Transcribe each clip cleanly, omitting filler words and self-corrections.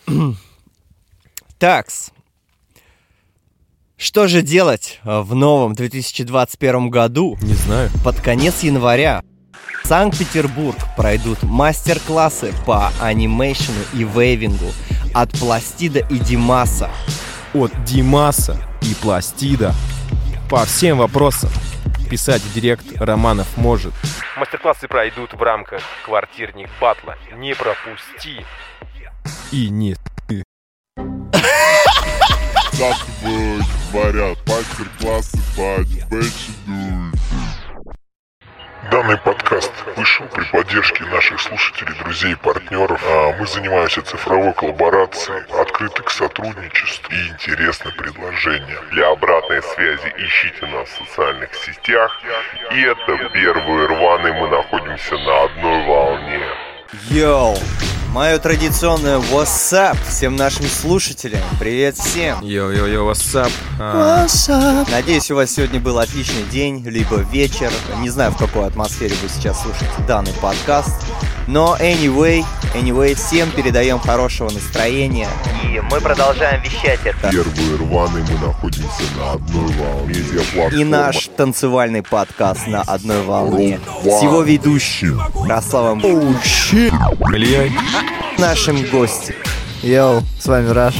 Такс. Что же делать в новом 2021 году? Не знаю. Под конец января в Санкт-Петербург пройдут мастер-классы по анимейшену и вейвингу от Пластида и Димаса. От Димаса и Пластида. По всем вопросам писать в директ Романов может. Мастер-классы пройдут в рамках квартирник батла. Не пропусти. И не ты. Говорят, мастер-классы по анимейшену. Данный подкаст вышел при поддержке наших слушателей, друзей и партнеров. Мы занимаемся цифровой коллаборацией, открыты к сотрудничеству и интересны предложения. Для обратной связи ищите нас в социальных сетях. И это первые рваные, мы находимся на одной волне. Йоу! Мое традиционное what's up всем нашим слушателям. Привет всем! Йо-йо-йо, what's up? Надеюсь, у вас сегодня был отличный день, либо вечер. Не знаю, в какой атмосфере вы сейчас слушаете данный подкаст. Но anyway, всем передаем хорошего настроения. И мы продолжаем вещать это. Первые рваные, мы находимся на одной волне. И наш танцевальный подкаст на одной волне. С его ведущим Ярославом Ильей. Нашим гостем. Йоу, с вами Раш.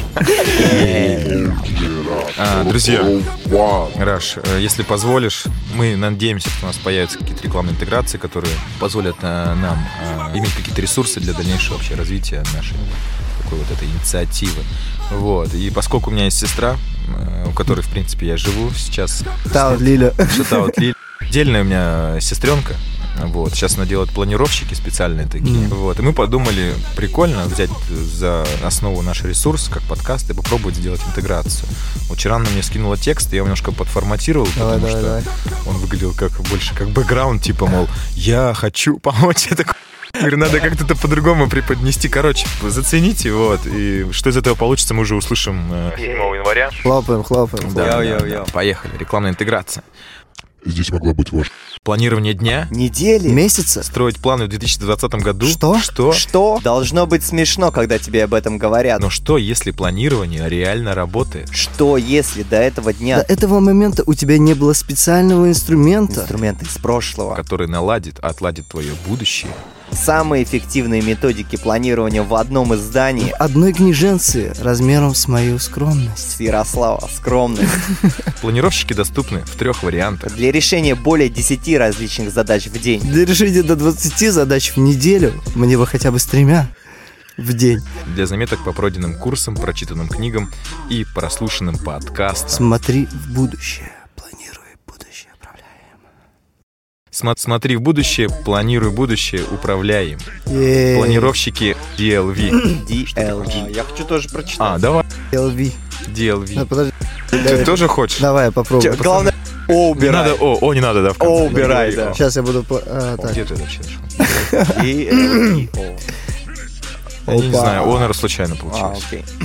Друзья, Раш, если позволишь, мы надеемся, что у нас появятся какие-то рекламные интеграции, которые позволят нам иметь какие-то ресурсы для дальнейшего вообще развития нашей такой вот этой инициативы. Вот. И поскольку у меня есть сестра, у которой, в принципе, я живу сейчас. Шатаут Лиля. Отдельная у меня сестренка. Вот. Сейчас она делает планировщики специальные такие. Вот. И мы подумали, прикольно взять за основу наш ресурс, как подкаст, и попробовать сделать интеграцию. Вот вчера она мне скинула текст, я его немножко подформатировал, потому что он выглядел больше как бэкграунд, типа, мол, я хочу помочь. Я такой, говорю, надо как-то это по-другому преподнести. Короче, зацените, вот. И что из этого получится, мы уже услышим 7 января. Хлопаем. Да. Поехали. Рекламная интеграция. Здесь могла быть ваша. Планирование дня, недели, месяца, строить планы в 2020 году. Что? Должно быть смешно, когда тебе об этом говорят. Но что, если планирование реально работает? Что, если до этого дня... До этого момента у тебя не было специального инструмента из прошлого, который отладит твое будущее. Самые эффективные методики планирования в одном издании. В одной книженце размером с мою скромность. С Ярослава, скромность. Планировщики доступны в 3 вариантах. Для решения более 10 различных задач в день. Для решения до 20 задач в неделю. Мне бы хотя бы с 3 в день. Для заметок по пройденным курсам, прочитанным книгам и прослушанным подкастам. Смотри в будущее. Планируй будущее, управляем. Смотри в будущее, планируй будущее, управляем. Планировщики DLV. Я хочу тоже прочитать. Давай. DLV. Подожди. Ты тоже хочешь? Давай, я попробую. Главное, О убирай. О не надо, да, в конце. О убирай, да. Сейчас я буду... так. Где ты вообще нашел? Я не знаю, он, наверное, случайно получилось.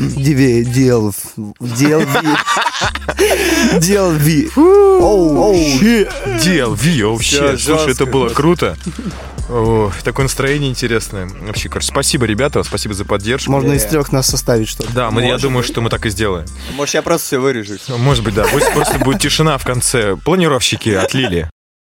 DLV. DLV, вообще. Слушай, это было круто. Такое настроение интересное. Вообще, короче, спасибо, ребята, спасибо за поддержку. Можно из 3 нас составить что-то. Да, я думаю, что мы так и сделаем. Может, я просто все вырежу. Может быть, да. Пусть просто будет тишина в конце. Планировщики от Лили.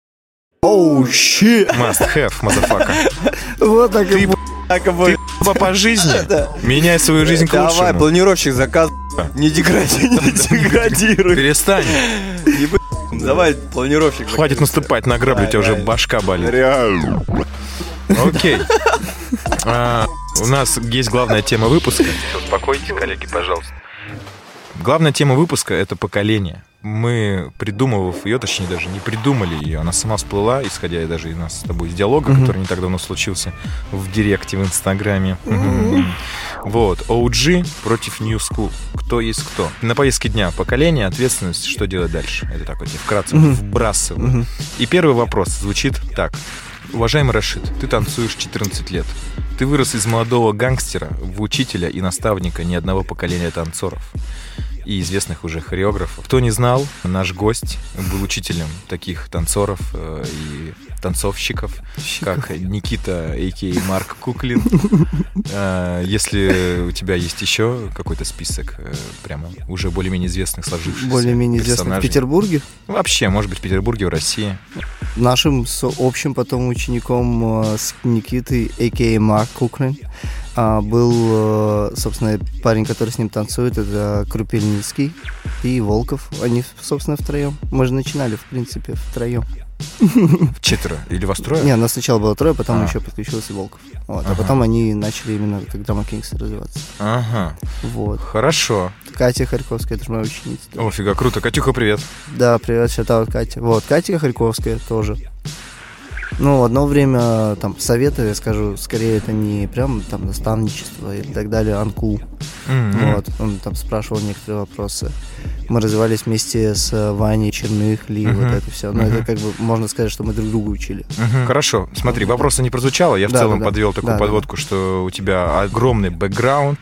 Must have, motherfucker. Вот так и будет. Ты по жизни меняй свою жизнь к лучшему. Давай, планировщик заказ. Не деградируй. Перестань. Давай, планировщик. Хватит наступать на грабли, у тебя уже башка болит. Реально. Окей. У нас есть главная тема выпуска. Успокойтесь, коллеги, пожалуйста. Главная тема выпуска — это поколение. Мы, придумывав ее, точнее, даже не придумали ее, она сама всплыла, исходя даже из нас с тобой из диалога, который не так давно случился в директе в Инстаграме. Вот, OG против New School. Кто есть кто. На повестке дня поколение, ответственность, что делать дальше. Это так вот я вкратце вбрасываю. И первый вопрос звучит так. Уважаемый Рашид, ты танцуешь 14 лет. Ты вырос из молодого гангстера в учителя и наставника ни одного поколения танцоров и известных уже хореографов. Кто не знал, наш гость был учителем таких танцоров и танцовщиков, как Никита, а.к.а. Марк Куклин. Если у тебя есть еще какой-то список прямо уже более-менее известных сложившихся Более-менее известных в Петербурге? Вообще, может быть, в Петербурге, в России. Нашим общим потом учеником с Никитой, а.к.а. Марк Куклин, был, собственно, парень, который с ним танцует, это Крупельницкий и Волков. Они, собственно, втроем. Мы же начинали, в принципе, втроем. Четверо? Или вас трое? Не, нас сначала было трое, потом еще подключился Волков. Вот. А потом они начали именно как Drama Kings развиваться. Ага. Вот. Хорошо. Катя Харьковская, это же моя ученица. О, фига, круто. Катюха, привет. Да, привет, шатаут Катя. Вот, Катя Харьковская тоже. Ну, одно время, там, советы, я скажу, скорее это не прям там наставничество и так далее, анкул. Вот, он там спрашивал некоторые вопросы. Мы развивались вместе с Ваней Черныхли, вот это все. Но это как бы, можно сказать, что мы друг друга учили. Хорошо, смотри, вопроса не прозвучало, я в целом подвел такую подводку, что у тебя огромный бэкграунд,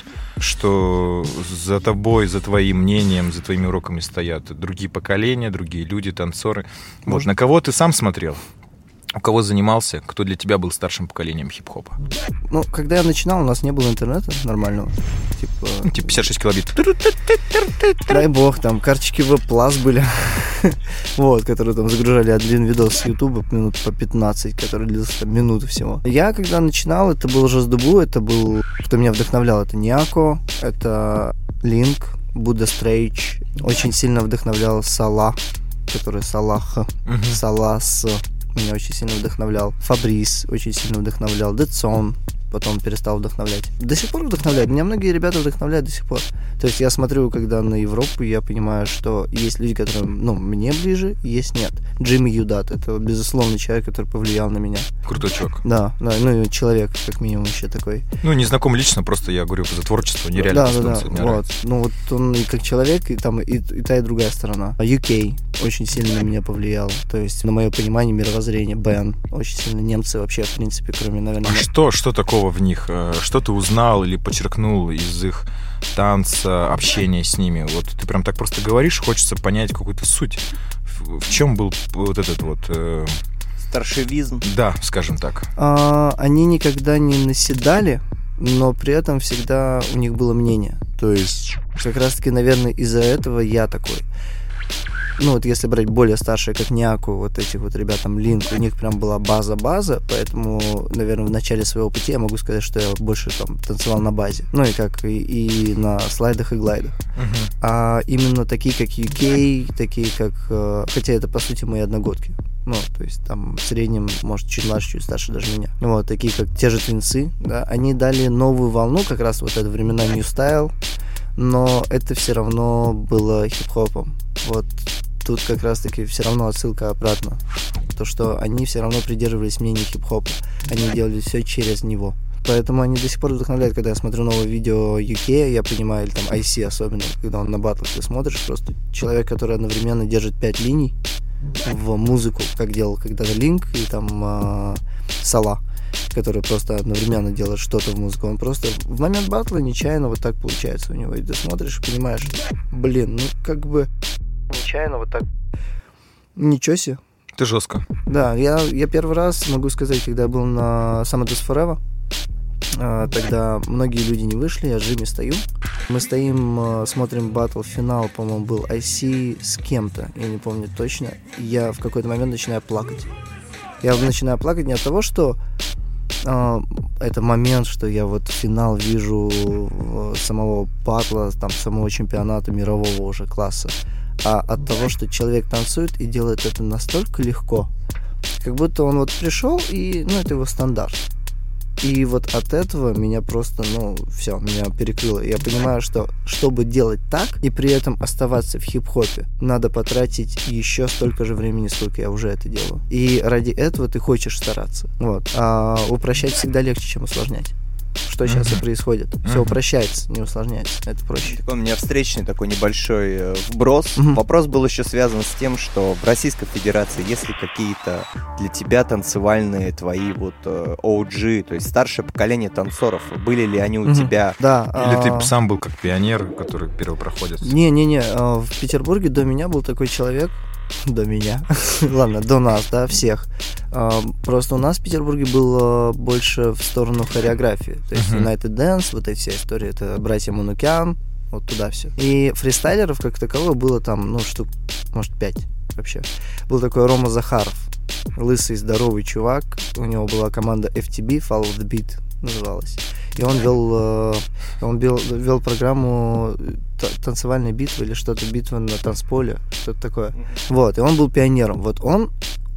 что за тобой, за твоим мнением, за твоими уроками стоят другие поколения, другие люди, танцоры. Вот, на кого ты сам смотрел? У кого занимался? Кто для тебя был старшим поколением хип-хопа? Ну, когда я начинал, у нас не было интернета нормального. Типа 56 килобит. Дай бог, там карточки WebPlus были. Вот, которые там загружали один видос с Ютуба минут по 15, который длился там минуту всего. Я, когда начинал, это был Жаздубу, это был... Кто меня вдохновлял, это Няко, это Линк, Будда Стрейч. Очень сильно вдохновлял Салах, который Салах, Салас. Меня очень сильно вдохновлял. Фабрис очень сильно вдохновлял. Дедсон потом перестал вдохновлять. До сих пор вдохновляет. Меня многие ребята вдохновляют до сих пор. То есть я смотрю, когда на Европу, я понимаю, что есть люди, которые, ну, мне ближе, есть нет. Джимми Юдат, это, безусловно, человек, который повлиял на меня. Крутой чувак. Да, ну и человек, как минимум, еще такой. Ну, не знаком лично, просто я говорю за творчество, нереально. Да, вот. Ну, вот он и как человек, и там и та, и другая сторона. UK очень сильно на меня повлиял. То есть, на мое понимание, мировоззрение. Бен. Очень сильно немцы вообще, в принципе, кроме, наверное... А что такого в них? Что ты узнал или подчеркнул из их танца, общения с ними? Вот ты прям так просто говоришь, хочется понять какую-то суть. В чем был вот этот вот... Старшевизм? Да, скажем так. Они никогда не наседали, но при этом всегда у них было мнение. То есть, как раз-таки, наверное, из-за этого я такой. Ну, вот если брать более старшие, как Няку, вот этих вот ребят, там, Линк, у них прям была база, поэтому, наверное, в начале своего пути я могу сказать, что я больше там танцевал на базе. Ну, и как и на слайдах и глайдах. А именно такие, как UK, такие, как... Хотя это, по сути, мои одногодки. Ну, то есть там в среднем, может, чуть младше, чуть старше даже меня. Вот, такие, как те же Твинсы, да, они дали новую волну, как раз вот это времена New Style, но это все равно было хип-хопом. Вот тут как раз-таки все равно отсылка обратно. То, что они все равно придерживались мнения хип-хопа. Они делали все через него. Поэтому они до сих пор вдохновляют, когда я смотрю новое видео UK, я понимаю, или там IC особенно, когда он на батлах ты смотришь, просто человек, который одновременно держит 5 линий в музыку, как делал когда-то Линк и там Сала, который просто одновременно делает что-то в музыку. Он просто в момент батла нечаянно вот так получается у него. И ты смотришь и понимаешь, блин, ну как бы нечаянно вот так. Ничего себе. Ты жестко. Да, я первый раз, могу сказать, когда я был на Summit is Forever, тогда многие люди не вышли, я с Джимми стою. Мы стоим, смотрим батл, финал, по-моему, был IC с кем-то, я не помню точно. И я в какой-то момент начинаю плакать. Я начинаю плакать не от того, что это момент, что я вот финал вижу самого батла, там, самого чемпионата мирового уже класса, а от того, что человек танцует и делает это настолько легко, как будто он вот пришел и, ну, это его стандарт. И вот от этого меня просто, ну, все, меня перекрыло. Я понимаю, что чтобы делать так и при этом оставаться в хип-хопе, надо потратить еще столько же времени, сколько я уже это делаю. И ради этого ты хочешь стараться. Вот. А упрощать всегда легче, чем усложнять. Что сейчас и происходит. Все упрощается, не усложняется. Это проще. У меня встречный такой небольшой вброс. Вопрос был еще связан с тем, что в Российской Федерации есть ли какие-то для тебя танцевальные твои вот OG, то есть старшее поколение танцоров, были ли они у тебя? Да. Или ты сам был как пионер, который первопроходец? Не-не-не. В Петербурге до меня был такой человек, до меня. Ладно, до нас, да, всех. Просто у нас в Петербурге было больше в сторону хореографии. То есть United Dance, вот эти все истории, это братья Манукян, вот туда все. И фристайлеров как таковых было там, штук, может, 5 вообще. Был такой Рома Захаров, лысый, здоровый чувак. У него была команда FTB, Follow the Beat называлась. И он вел программу танцевальной битвы или что-то, битва на танцполе, что-то такое. Вот, и он был пионером. Вот он,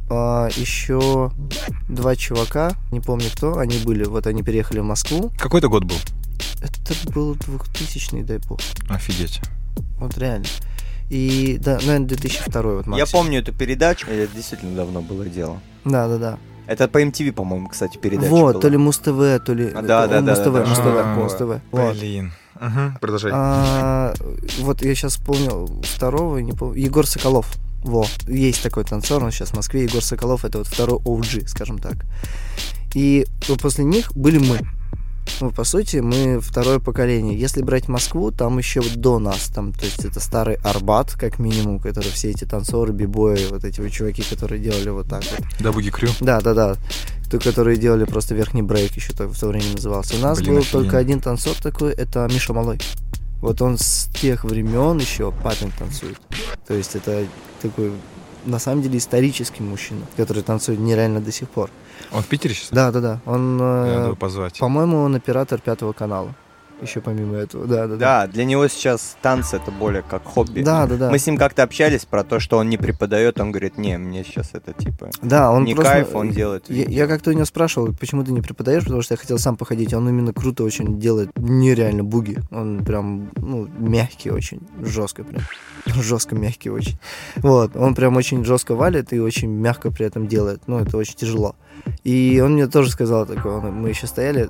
еще 2 чувака, не помню кто, они переехали в Москву. Какой это год был? Это был 2000-й, дай бог. Офигеть. Вот реально. И, да, наверное, 2002 вот максимум. Я помню эту передачу, это действительно давно было дело. Да. Это по MTV, по-моему, кстати, передача вот, была. То ли Муз-ТВ, то ли... Да. Муз-ТВ. Блин. Продолжай. Вот я сейчас вспомнил второго, не помню, Егор Соколов. Есть такой танцор, он сейчас в Москве, Егор Соколов, это вот второй OG, скажем так. И после них были мы. По сути, мы второе поколение. Если брать Москву, там еще до нас, то есть это старый Арбат, как минимум, который все эти танцоры, бибои, вот эти вот чуваки, которые делали вот так вот. Да, Буги Крю. Да. Которые делали просто верхний брейк, еще в то время назывался. У нас был только один танцор такой, это Миша Малой. Вот он с тех времен еще папин танцует. То есть это такой, на самом деле, исторический мужчина, который танцует нереально до сих пор. Он в Питере сейчас? Да. Он, надо его позвать. По-моему, он оператор 5 канала. Еще помимо этого, да. Да, для него сейчас танцы это более как хобби. Да. Мы с ним как-то общались про то, что он не преподает, он говорит, не, мне сейчас это типа да, он не просто, кайф, он делает. Я как-то у него спрашивал, почему ты не преподаешь, потому что я хотел сам походить. Он именно круто очень делает, нереально буги. Он прям, мягкий очень, жестко прям. Жестко мягкий очень. Вот, он прям очень жестко валит и очень мягко при этом делает. Это очень тяжело. И он мне тоже сказал такое, мы еще стояли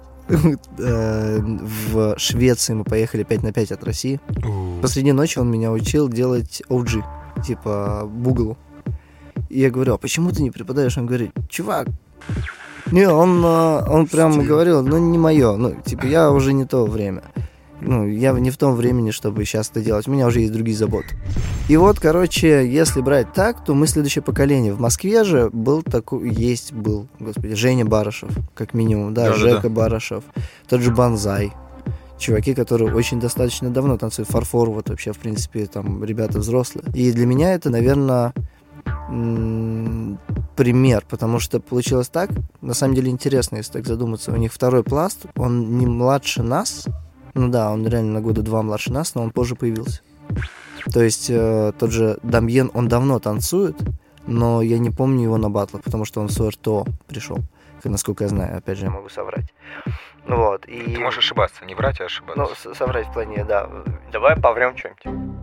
в Швеции, мы поехали 5 на 5 от России. Посреди ночи он меня учил делать OG, типа бугалу. И я говорю, а почему ты не преподаешь? Он говорит, чувак, не, он прям говорил, не мое, я уже не то время. Я не в том времени, чтобы сейчас это делать. У меня уже есть другие заботы. И вот, короче, если брать так, то мы следующее поколение. В Москве же был, Женя Барышев, как минимум, Жека Барышев, тот же Банзай. Чуваки, которые очень достаточно давно танцуют фарфор, вот вообще, в принципе, там, ребята взрослые. И для меня это, наверное, пример, потому что получилось так, на самом деле интересно, если так задуматься. У них второй пласт, он не младше нас. Он реально на года 2 младше нас, но он позже появился. То есть тот же Дамьен, он давно танцует, но я не помню его на батлах, потому что он с ОРТО пришел, насколько я знаю, опять же, я могу соврать. Ты можешь ошибаться, не врать, а ошибаться. Соврать в плане, да. Давай поврем что-нибудь.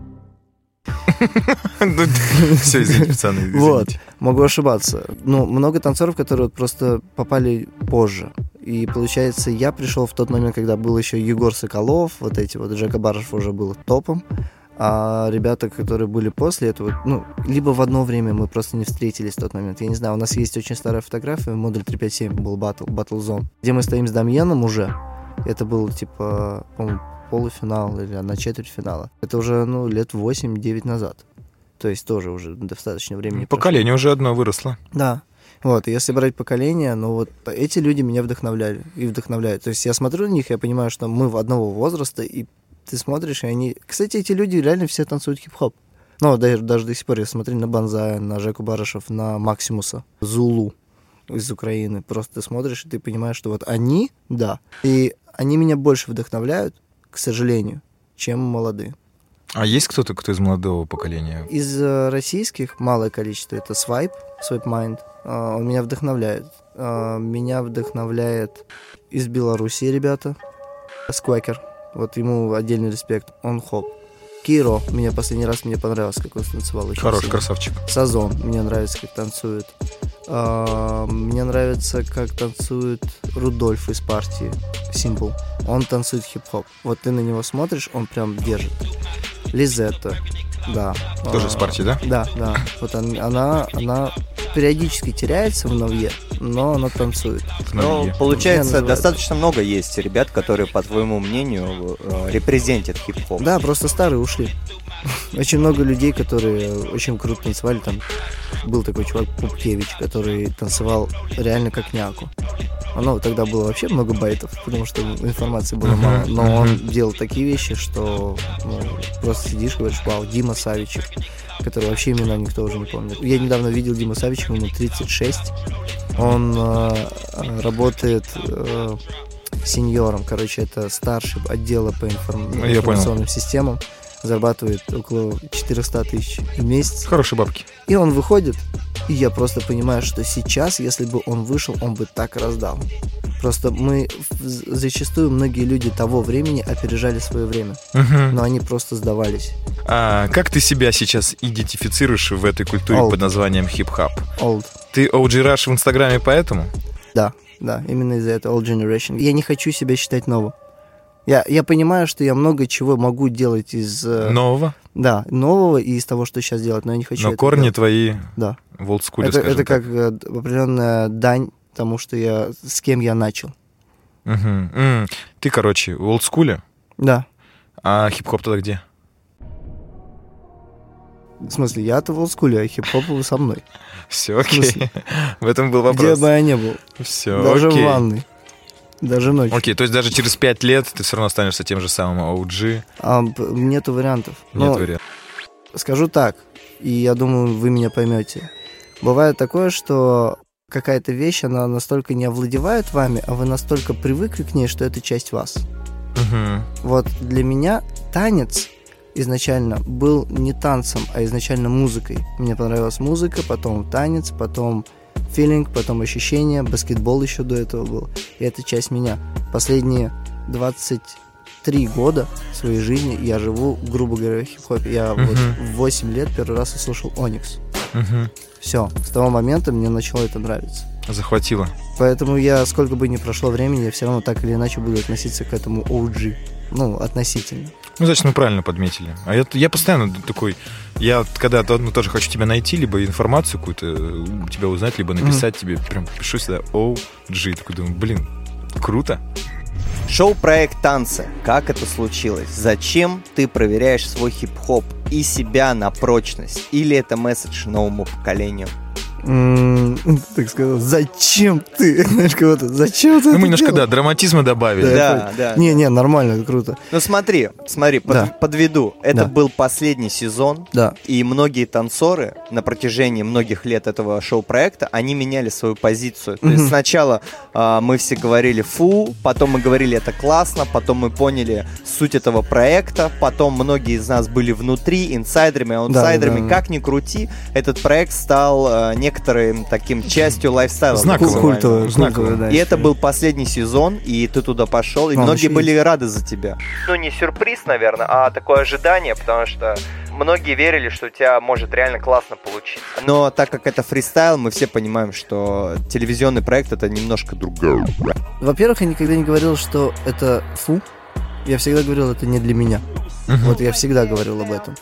Все, извините, пацаны, извините. Вот, могу ошибаться. Много танцоров, которые просто попали позже. И получается, я пришел в тот момент, когда был еще Егор Соколов, вот эти вот, Жека Барышев уже был топом, а ребята, которые были после этого, либо в одно время мы просто не встретились в тот момент. Я не знаю, у нас есть очень старая фотография, модуль 357 был Battle Zone, где мы стоим с Дамьеном уже. Это был, типа, по-моему, полуфинал или на четвертьфинала. Это уже, лет 8-9 назад. То есть тоже уже достаточно времени прошло. Поколение уже одно выросло. Да. Вот, если брать поколение, эти люди меня вдохновляли и вдохновляют. То есть я смотрю на них, я понимаю, что мы в одного возраста, и ты смотришь, и они... Кстати, эти люди реально все танцуют хип-хоп. Даже до сих пор я смотрю на Банзая, на Жеку Барышев, на Максимуса, Зулу из Украины. Просто ты смотришь, и ты понимаешь, что вот они, да, и они меня больше вдохновляют, к сожалению, чем молодые. А есть кто-то, кто из молодого поколения? Из российских малое количество. Это Swipe Mind. Он меня вдохновляет. Меня вдохновляет из Беларуси ребята. Сквакер. Вот ему отдельный респект. Он хоп. Киро. Последний раз мне понравился, как он танцевал. Хороший красавчик. Сазон. Мне нравится, как танцует. Мне нравится, как танцует Рудольф из партии Символ. Он танцует хип-хоп. Вот ты на него смотришь, он прям держит. Лизетта, да. Тоже с партии, да? Да. Вот она периодически теряется в новье, но она танцует. Получается, достаточно много есть ребят, которые, по твоему мнению, репрезентят хип-хоп. Да, просто старые ушли. Очень много людей, которые очень круто танцевали. Там был такой чувак Пупкевич, который танцевал реально как няку. Ну, тогда было вообще много байтов, потому что информации было мало. Но он делал такие вещи, что просто сидишь и говоришь: вау, Дима Савичев, который вообще имена никто уже не помнит. Я недавно видел Диму Савичева, ему 36. Он работает сеньором, короче, это старший отдела по информационным системам. Зарабатывает около 400 тысяч в месяц. Хорошие бабки. И он выходит, и я просто понимаю, что сейчас, если бы он вышел, он бы так раздал. Просто зачастую многие люди того времени опережали свое время, но они просто сдавались. А как ты себя сейчас идентифицируешь в этой культуре Old. под названием хип-хап? Old. Ты OG Rush в Инстаграме поэтому? Да, именно из-за этого Old Generation. Я не хочу себя считать новым. Я понимаю, что я много чего могу делать из... Нового? Да, нового и из того, что сейчас делать, но я не хочу Но это корни делать. твои Да. в олдскуле, Это как определенная дань тому, что с кем я начал. Ты, короче, в олдскуле? Да. А хип-хоп тогда где? В смысле, я-то в олдскуле, а хип-хоп со мной. Все, окей. В этом был вопрос. Где бы я ни был. Все, Даже окей. в ванной. Даже ночью. Окей, то есть даже через 5 лет ты все равно останешься тем же самым OG? Нету вариантов. Нет вариантов. Скажу так, и я думаю, вы меня поймете. Бывает такое, что какая-то вещь, она настолько не овладевает вами, а вы настолько привыкли к ней, что это часть вас. Вот для меня танец изначально был не танцем, а изначально музыкой. Мне понравилась музыка, потом танец, потом филинг, потом ощущение, баскетбол еще до этого был. И это часть меня. Последние 23 года своей жизни я живу, грубо говоря, в хип-хопе. Я вот в 8 лет первый раз услышал Оникс. Все, с того момента мне начало это нравиться. Захватило. Поэтому сколько бы ни прошло времени, я все равно так или иначе буду относиться к этому OG. Ну, относительно. Ну, значит, мы правильно подметили. А я постоянно такой... Я когда тоже хочу тебя найти, либо информацию какую-то у тебя узнать, либо написать тебе, прям пишу сюда OG. Такой думаю, блин, круто. Шоу-проект «Танцы». Как это случилось? Зачем ты проверяешь свой хип-хоп и себя на прочность? Или это месседж новому поколению? Так сказал, зачем ты? Знаешь, кого-то, зачем ты? Ну, мы немножко, драматизма добавили. Да. Не, нормально, это круто. Ну смотри, подведу. Это был последний сезон, Да. и многие танцоры на протяжении многих лет этого шоу-проекта, они меняли свою позицию. То есть сначала мы все говорили «фу», потом мы говорили «это классно», потом мы поняли суть этого проекта, потом многие из нас были внутри, инсайдерами, аутсайдерами. Да. Как ни крути, этот проект стал некоторым таким частью лайфстайла. Культовый, да. И это был последний сезон, и ты туда пошел, и многие были рады за тебя. Ну, не сюрприз, наверное, а такое ожидание, потому что многие верили, что у тебя может реально классно получиться. Но так как это фристайл, мы все понимаем, что телевизионный проект — это немножко другое. Во-первых, я никогда не говорил, что это фу. Я всегда говорил, это не для меня. Вот я всегда говорил об этом.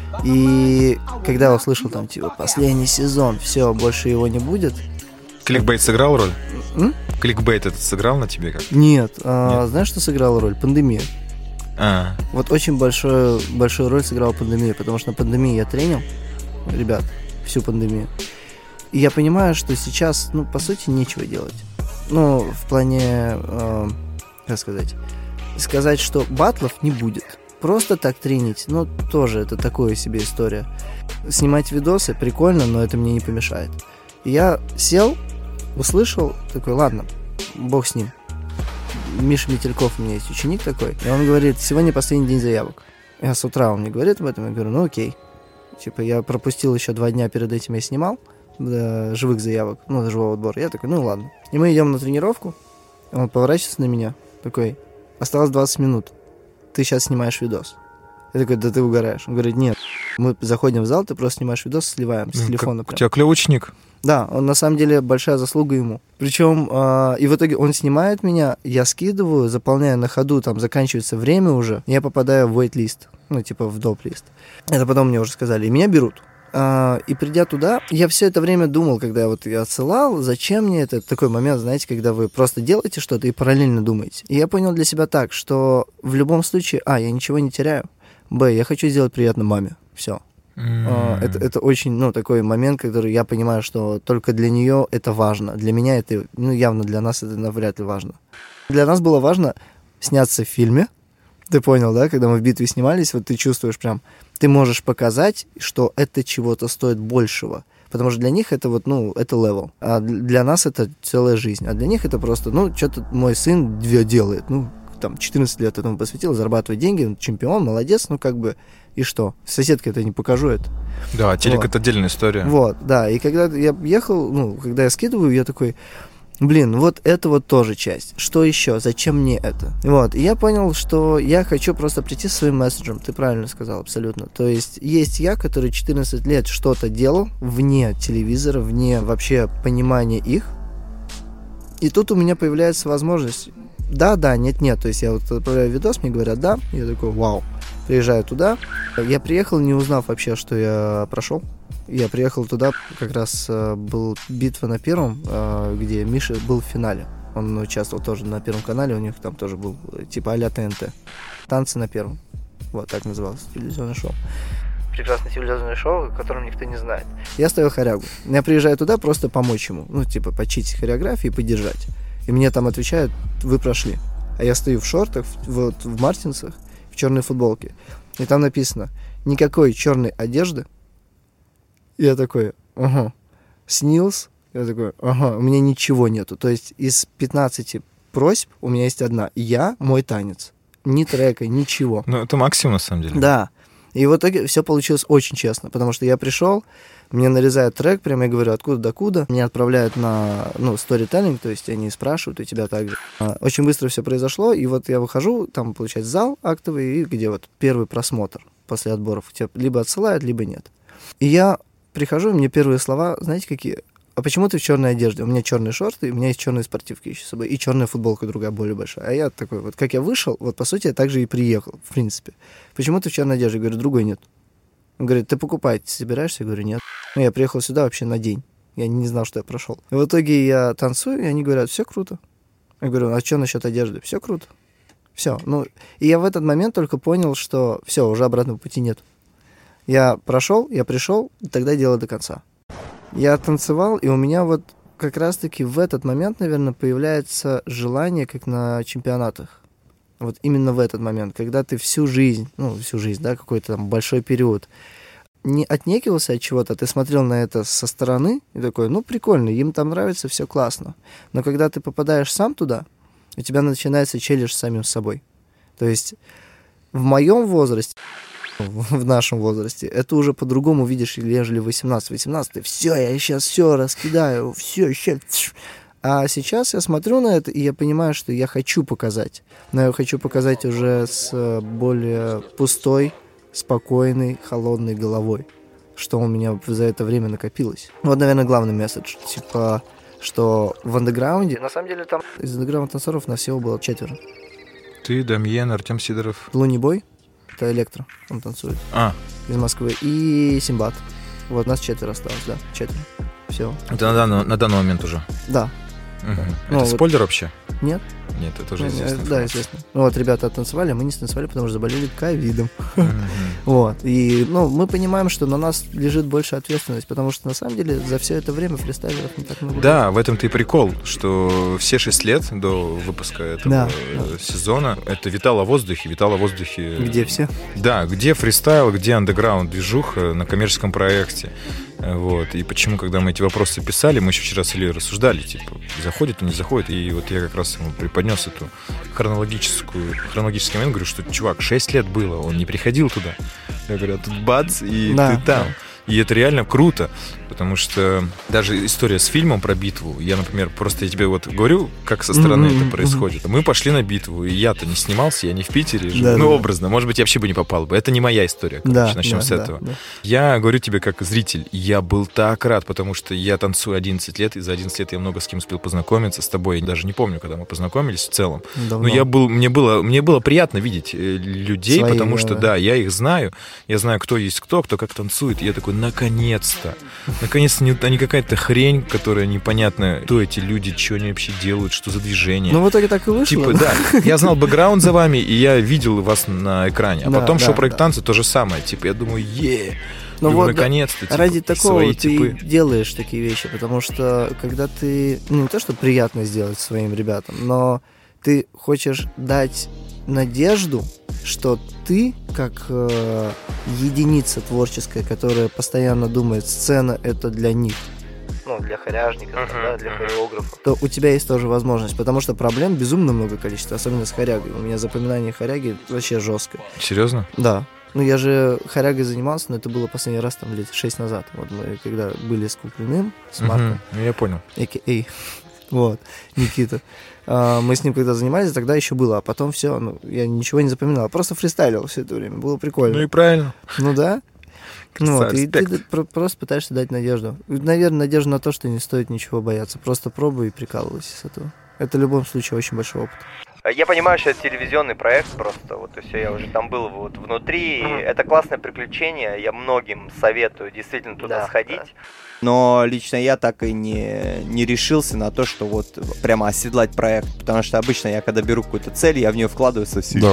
И когда я услышал там, типа, последний сезон, все, больше его не будет. Кликбейт сыграл роль? Кликбейт этот сыграл на тебе как? Нет. Знаешь, что сыграла роль? Пандемия. Вот очень большую роль сыграла пандемия, потому что на пандемии я тренил, ребят, всю пандемию. И я понимаю, что сейчас, по сути, нечего делать. В плане, как сказать, что баттлов не будет. Просто так тренить, тоже это такое себе история. Снимать видосы прикольно, но это мне не помешает. И я сел, услышал, такой, ладно, бог с ним. Миша Метельков у меня есть ученик такой, и он говорит, сегодня последний день заявок. Я с утра, он мне говорит об этом, я говорю, окей. Типа, я пропустил еще 2 дня перед этим, я снимал живых заявок, живого отбора. Я такой, ладно. И мы идем на тренировку, он поворачивается на меня, такой, осталось 20 минут. Ты сейчас снимаешь видос. Я такой, да ты угораешь. Он говорит, нет, мы заходим в зал, ты просто снимаешь видос, сливаем с телефона. У тебя клевый ученик. Да, он на самом деле большая заслуга ему. Причем, и в итоге он снимает меня, я скидываю, заполняю на ходу, там заканчивается время уже, я попадаю в wait-лист, в доп-лист. Это потом мне уже сказали, и меня берут. И придя туда, я все это время думал, когда я отсылал, зачем мне это. Такой момент, знаете, когда вы просто делаете что-то и параллельно думаете. И я понял для себя так, что в любом случае, я ничего не теряю, б, я хочу сделать приятно маме. Все. Это очень, такой момент, который я понимаю, что только для нее это важно. Для меня это, явно для нас это навряд ли важно. Для нас было важно сняться в фильме. Ты понял, да? Когда мы в «Битве» снимались, вот ты чувствуешь прям, ты можешь показать, что это чего-то стоит большего. Потому что для них это это левел. А для нас это целая жизнь. А для них это просто, что-то мой сын делает. 14 лет этому посвятил, зарабатывает деньги, он чемпион, молодец, и что? Соседке это не покажу это. Да, телек это отдельная история. Вот, да, и когда я ехал, когда я скидываю, я такой, вот это вот тоже часть. Что еще? Зачем мне это? Вот, и я понял, что я хочу просто прийти со своим месседжем. Ты правильно сказал, абсолютно. То есть я, который 14 лет что-то делал вне телевизора, вне вообще понимания их, и тут у меня появляется возможность да, нет. То есть я отправляю видос, мне говорят да, я такой вау. Приезжаю туда. Я приехал, не узнав вообще, что я прошел. Я приехал туда, как раз был битва на первом, где Миша был в финале. Он участвовал тоже на Первом канале, у них там тоже был типа а-ля ТНТ. Танцы на первом. Вот так называлось, телевизионное шоу. Прекрасное телевизионное шоу, о котором никто не знает. Я ставил хорягу. Я приезжаю туда просто помочь ему. Почистить хореографию и поддержать. И мне там отвечают, вы прошли. А я стою в шортах, в мартинсах, в черной футболке. И там написано, никакой черной одежды. И я такой, снилс. Я такой, у меня ничего нету. То есть из 15 просьб у меня есть одна. Мой танец. Ни трека, ничего. Это максимум, на самом деле. Да. И в итоге все получилось очень честно, потому что я пришел, мне нарезают трек, прямо я говорю, откуда докуда. Меня отправляют на, сторителлинг, то есть они спрашивают у тебя также. Очень быстро все произошло, и вот я выхожу, там, получается, зал актовый, и где первый просмотр после отборов. Тебя либо отсылают, либо нет. И я прихожу, и мне первые слова, знаете, какие? А почему ты в черной одежде? У меня черные шорты, у меня есть черные спортивки еще с собой, и черная футболка другая, более большая. А я такой, как я вышел, по сути, я так же и приехал, в принципе. Почему ты в черной одежде? Я говорю, другой нет. Он говорит, ты покупать собираешься? Я говорю, нет. Я приехал сюда вообще на день. Я не знал, что я прошел. И в итоге я танцую, и они говорят, все круто. Я говорю, а что насчет одежды? Все круто. Все. И я в этот момент только понял, что все, уже обратного пути нет. Я прошел, я пришел, и тогда дело до конца. Я танцевал, и у меня как раз-таки в этот момент, наверное, появляется желание, как на чемпионатах. Вот именно в этот момент, когда ты всю жизнь, да, какой-то там большой период, не отнекивался от чего-то, а ты смотрел на это со стороны и такой, прикольно, им там нравится, все классно. Но когда ты попадаешь сам туда, у тебя начинается челлендж с самим собой. То есть в моем возрасте, в нашем возрасте, это уже по-другому видишь, нежели 18-18. Все, я сейчас все раскидаю, все, сейчас. А сейчас я смотрю на это, и я понимаю, что я хочу показать. Но я хочу показать уже с более пустой, спокойной, холодной головой. Что у меня за это время накопилось. Наверное, главный месседж. Что в андеграунде... На самом деле, там из андеграунд-танцоров нас всего было 4. Ты, Дамьен, Артем Сидоров. Лунибой. Это Электро, он танцует. Из Москвы. И Симбат. Нас 4 осталось, да, 4. Все. Это на данный момент уже? Да. Угу. Это спойлер вообще? Нет. Нет, это уже известно. Да, известно. Ребята оттанцевали, а мы не станцевали, потому что заболели ковидом. И, мы понимаем, что на нас лежит больше ответственность, потому что, на самом деле, за все это время фристайлеров не так много. Да, в этом-то и прикол, что все 6 лет до выпуска этого сезона это витало в воздухе. Где все? Да, где фристайл, где андеграунд, движуха на коммерческом проекте. И почему, когда мы эти вопросы писали, мы еще вчера с Ильей рассуждали, заходит или не заходит, и я как раз ему преподнес эту хронологический момент, говорю, что, чувак, 6 лет было, он не приходил туда. Я говорю, а тут бац, и ты там. И это реально круто, потому что даже история с фильмом про битву, я, например, просто я тебе говорю, как со стороны это происходит. Мы пошли на битву, и я-то не снимался, я не в Питере живу, образно, может быть, я вообще бы не попал бы. Это не моя история, начнем с этого. Я говорю тебе как зритель, я был так рад, потому что я танцую 11 лет, и за 11 лет я много с кем успел познакомиться, с тобой, я даже не помню, когда мы познакомились в целом. Давно. Но мне было приятно видеть людей, потому что, да, я их знаю, я знаю, кто есть кто как танцует, и я такой, наконец-то Наконец-то не какая-то хрень, которая непонятно, кто эти люди, что они вообще делают, что за движение. Ну, в итоге так и вышло. Типа, да, я знал бэкграунд за вами, и я видел вас на экране. А потом шоу-проектанцы то же самое. Типа, я думаю, Ну вот, наконец-то, типа, ради такого свои ты типы. делаешь такие вещи, потому что когда ты, не то что приятно сделать своим ребятам, но ты хочешь дать надежду, что ты, как единица творческая, которая постоянно думает, сцена это для них, ну, для хоряжников, для хореографов, то у тебя есть тоже возможность, потому что проблем безумно много количества, особенно с хорягой. У меня запоминание хоряги вообще жесткое. Серьезно? Да. Ну, я же хорягой занимался, но это было последний раз там лет 6 назад. Вот мы когда были с Куклиным, с Марком. Я понял. А.к.а. Вот, Никита. Мы с ним когда занимались, тогда еще было. А потом все, ну, я ничего не запоминал. Просто фристайлил все это время. Было прикольно. Ну и правильно. Ну да. Ну, вот, и ты респект. просто пытаешься дать надежду. Наверное, надежду на то, что не стоит ничего бояться. Просто пробуй и прикалывайся с этого. Это в любом случае очень большой опыт. Я понимаю, что это телевизионный проект просто, вот и все, я уже там был вот внутри, это классное приключение, я многим советую действительно туда сходить. Да. Но лично я так и не решился на то, что вот прямо оседлать проект, потому что обычно я когда беру какую-то цель, я в нее вкладываю со всей.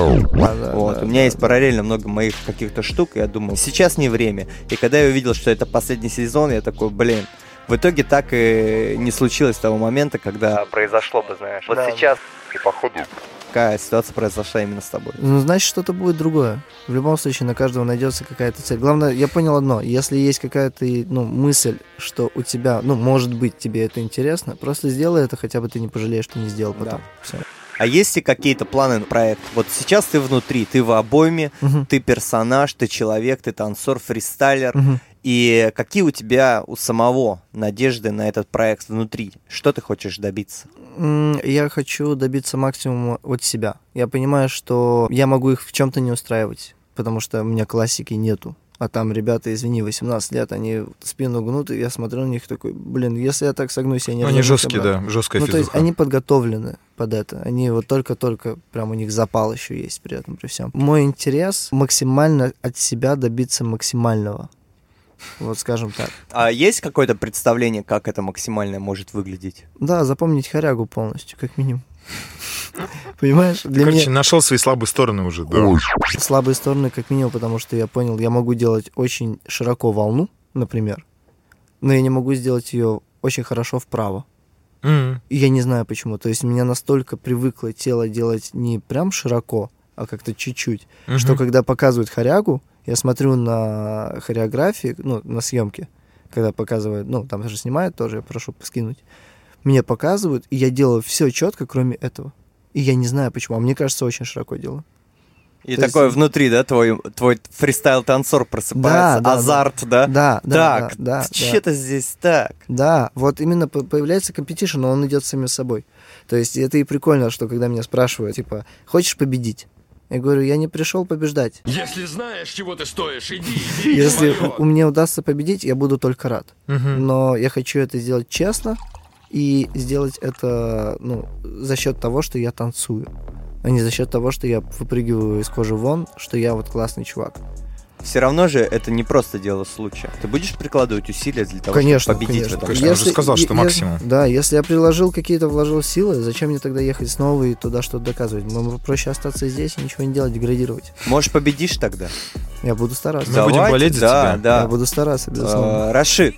У меня есть параллельно много моих каких-то штук, и я думал, сейчас не время. И когда я увидел, что это последний сезон, я такой, блин. В итоге так и не случилось с того момента, когда произошло бы, знаешь. Вот сейчас, и походу, какая ситуация произошла именно с тобой. Ну, значит, что-то будет другое. В любом случае, на каждого найдется какая-то цель. Главное, я понял одно. Если есть какая-то, мысль, что у тебя, может быть, тебе это интересно, просто сделай это, хотя бы ты не пожалеешь, что не сделал потом. Да. Все. А есть ли какие-то планы на проект? Вот сейчас ты внутри, ты в обойме, ты персонаж, ты человек, ты танцор, фристайлер. И какие у тебя у самого надежды на этот проект внутри? Что ты хочешь добиться? Я хочу добиться максимума от себя. Я понимаю, что я могу их в чем-то не устраивать, потому что у меня классики нету. А там ребята, извини, 18 лет, они спину гнут, и я смотрю на них такой, блин, если я так согнусь, я не разогнусь. Они жесткие, да, жесткая физуха. То есть они подготовлены под это. Они вот только-только, прям у них запал еще есть при этом, при всем. Мой интерес максимально от себя добиться максимального. Вот скажем так. А есть какое-то представление, как это максимально может выглядеть? Да, запомнить хорягу полностью, как минимум. Понимаешь? Короче, нашел свои слабые стороны уже, да. Слабые стороны, как минимум, потому что я понял, я могу делать очень широко волну, например, но я не могу сделать ее очень хорошо вправо. И я не знаю почему. То есть меня настолько привыкло тело делать не прям широко, а как-то чуть-чуть, что когда показывают хорягу, я смотрю на хореографии, на съемке, когда показывают, там же снимают тоже, я прошу скинуть. Мне показывают, и я делаю все четко, кроме этого. И я не знаю почему, а мне кажется, очень широко делаю. И то такое есть... внутри, да, твой фристайл-танцор просыпается, азарт, да? Да. Что-то здесь так. Да, вот именно появляется компетишн, но он идет самим собой. То есть это и прикольно, что когда меня спрашивают, типа, хочешь победить? Я говорю, я не пришел побеждать. Если знаешь, чего ты стоишь, иди. Если мне удастся победить, я буду только рад. Но я хочу это сделать честно и сделать это, за счет того, что я танцую, а не за счет того, что я выпрыгиваю из кожи вон, что я вот классный чувак. Все равно же это не просто дело случая. Ты будешь прикладывать усилия для того, чтобы победить в этом? Конечно, я уже сказал, что максимум. Да, если я вложил силы, зачем мне тогда ехать снова и туда что-то доказывать? Мне проще остаться здесь и ничего не делать, деградировать. Может, победишь тогда? Я буду стараться. Мы будем болеть за тебя. Да. Я буду стараться, безусловно. Рашид,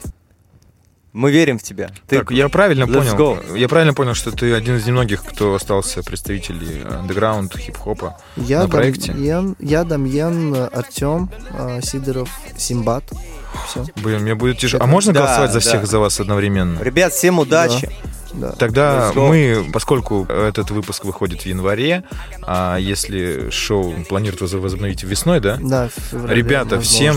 мы верим в тебя. Так, я правильно понял, что ты один из немногих, кто остался представителей андеграунд, хип-хопа на проекте. Я Дамьен, Артем, Сидоров, Симбат. Все. Блин, мне будет тяжело. А можно голосовать за всех за вас одновременно? Ребят, всем удачи. Да. Тогда мы, поскольку этот выпуск выходит в январе, а если шоу планируют возобновить весной, да? Да, в феврале. Ребята, всем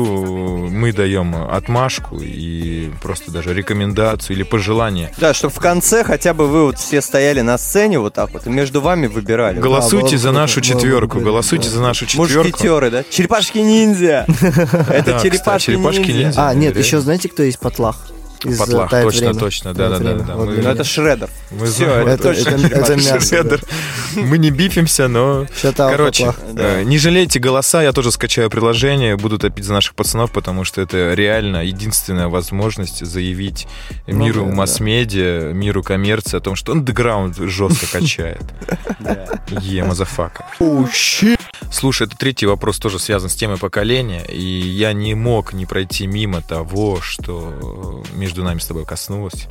мы даем отмашку и просто даже рекомендацию или пожелание. Да, чтобы в конце хотя бы вы вот все стояли на сцене вот так вот и между вами выбирали. Голосуйте за нашу четверку, Мушкетеры, да? Черепашки-ниндзя. Это черепашки-ниндзя. А, нет, еще знаете, кто есть Потлах? Точно, да. Это Шреддер. Все, это точно Шреддер. Мы не бифимся, но... Короче, не жалейте голоса, я тоже скачаю приложение, буду топить за наших пацанов, потому что это реально единственная возможность заявить миру масс-медиа, миру коммерции о том, что андеграунд жестко качает. Мазафака. Слушай, это третий вопрос тоже связан с темой поколения, и я не мог не пройти мимо того, что между нами с тобой коснулось.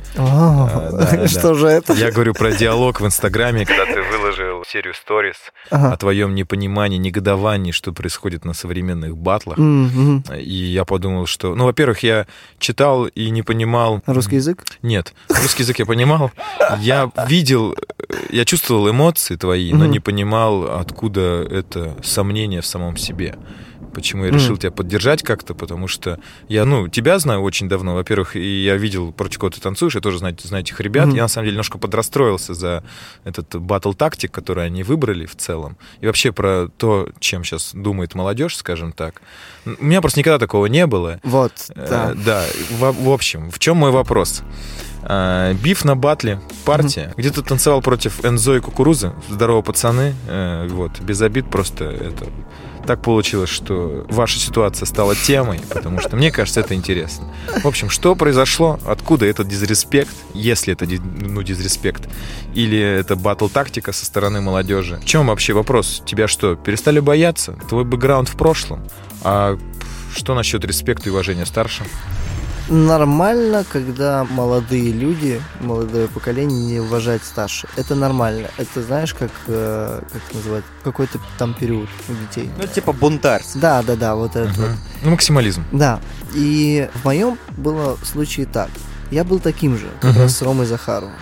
Что же это? Я говорю про диалог в Инстаграме, когда ты выложил серию сторис о твоем непонимании, негодовании, что происходит на современных батлах. И я подумал, что... Ну, во-первых, я читал и не понимал... Русский язык? Нет, русский язык я понимал. Я видел, я чувствовал эмоции твои, но не понимал, откуда это сомнение в самом себе. Почему я решил тебя поддержать как-то, потому что я, тебя знаю очень давно, во-первых, и я видел, против кого ты танцуешь, я тоже знаю этих ребят. Я, на самом деле, немножко подрастроился за этот батл-тактик, который они выбрали в целом. И вообще про то, чем сейчас думает молодежь, скажем так. У меня просто никогда такого не было. Вот, да. Да, в общем, в чем мой вопрос? Биф на батле, партия. Где ты танцевал против Энзо и Кукурузы. Здорово, пацаны. Без обид, просто это... Так получилось, что ваша ситуация стала темой, потому что, мне кажется, это интересно. В общем, что произошло? Откуда этот дизреспект? Если это дизреспект, или это батл-тактика со стороны молодежи? В чем вообще вопрос? Тебя что, перестали бояться? Твой бэкграунд в прошлом? А что насчет респекта и уважения старшим? Нормально, когда молодые люди, молодое поколение не уважает старших. Это нормально. Это, знаешь, как называют, какой-то там период у детей. Типа бунтарство. Да, вот это вот. Максимализм. Да. И в моем было случае так. Я был таким же, как раз с Ромой Захаровым.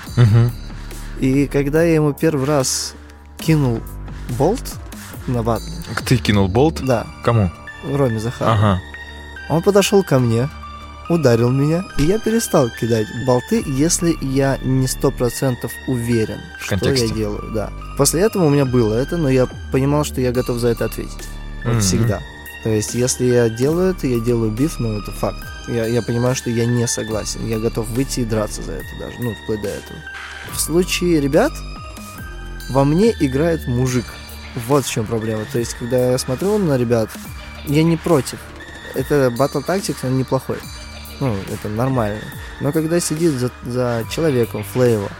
И когда я ему первый раз кинул болт на батле... Ты кинул болт? Да. Кому? Роме Захарову. Он подошел ко мне, ударил меня, и я перестал кидать болты, если я не 100% уверен, что я делаю. Да. После этого у меня было это, но я понимал, что я готов за это ответить. Вот всегда. То есть, если я делаю это, я делаю биф, но это факт. Я понимаю, что я не согласен. Я готов выйти и драться за это даже, вплоть до этого. В случае ребят, во мне играет мужик. Вот в чем проблема. То есть, когда я смотрю на ребят, я не против. Это батл тактикс, он неплохой. Это нормально. Но когда сидит за человеком флейва,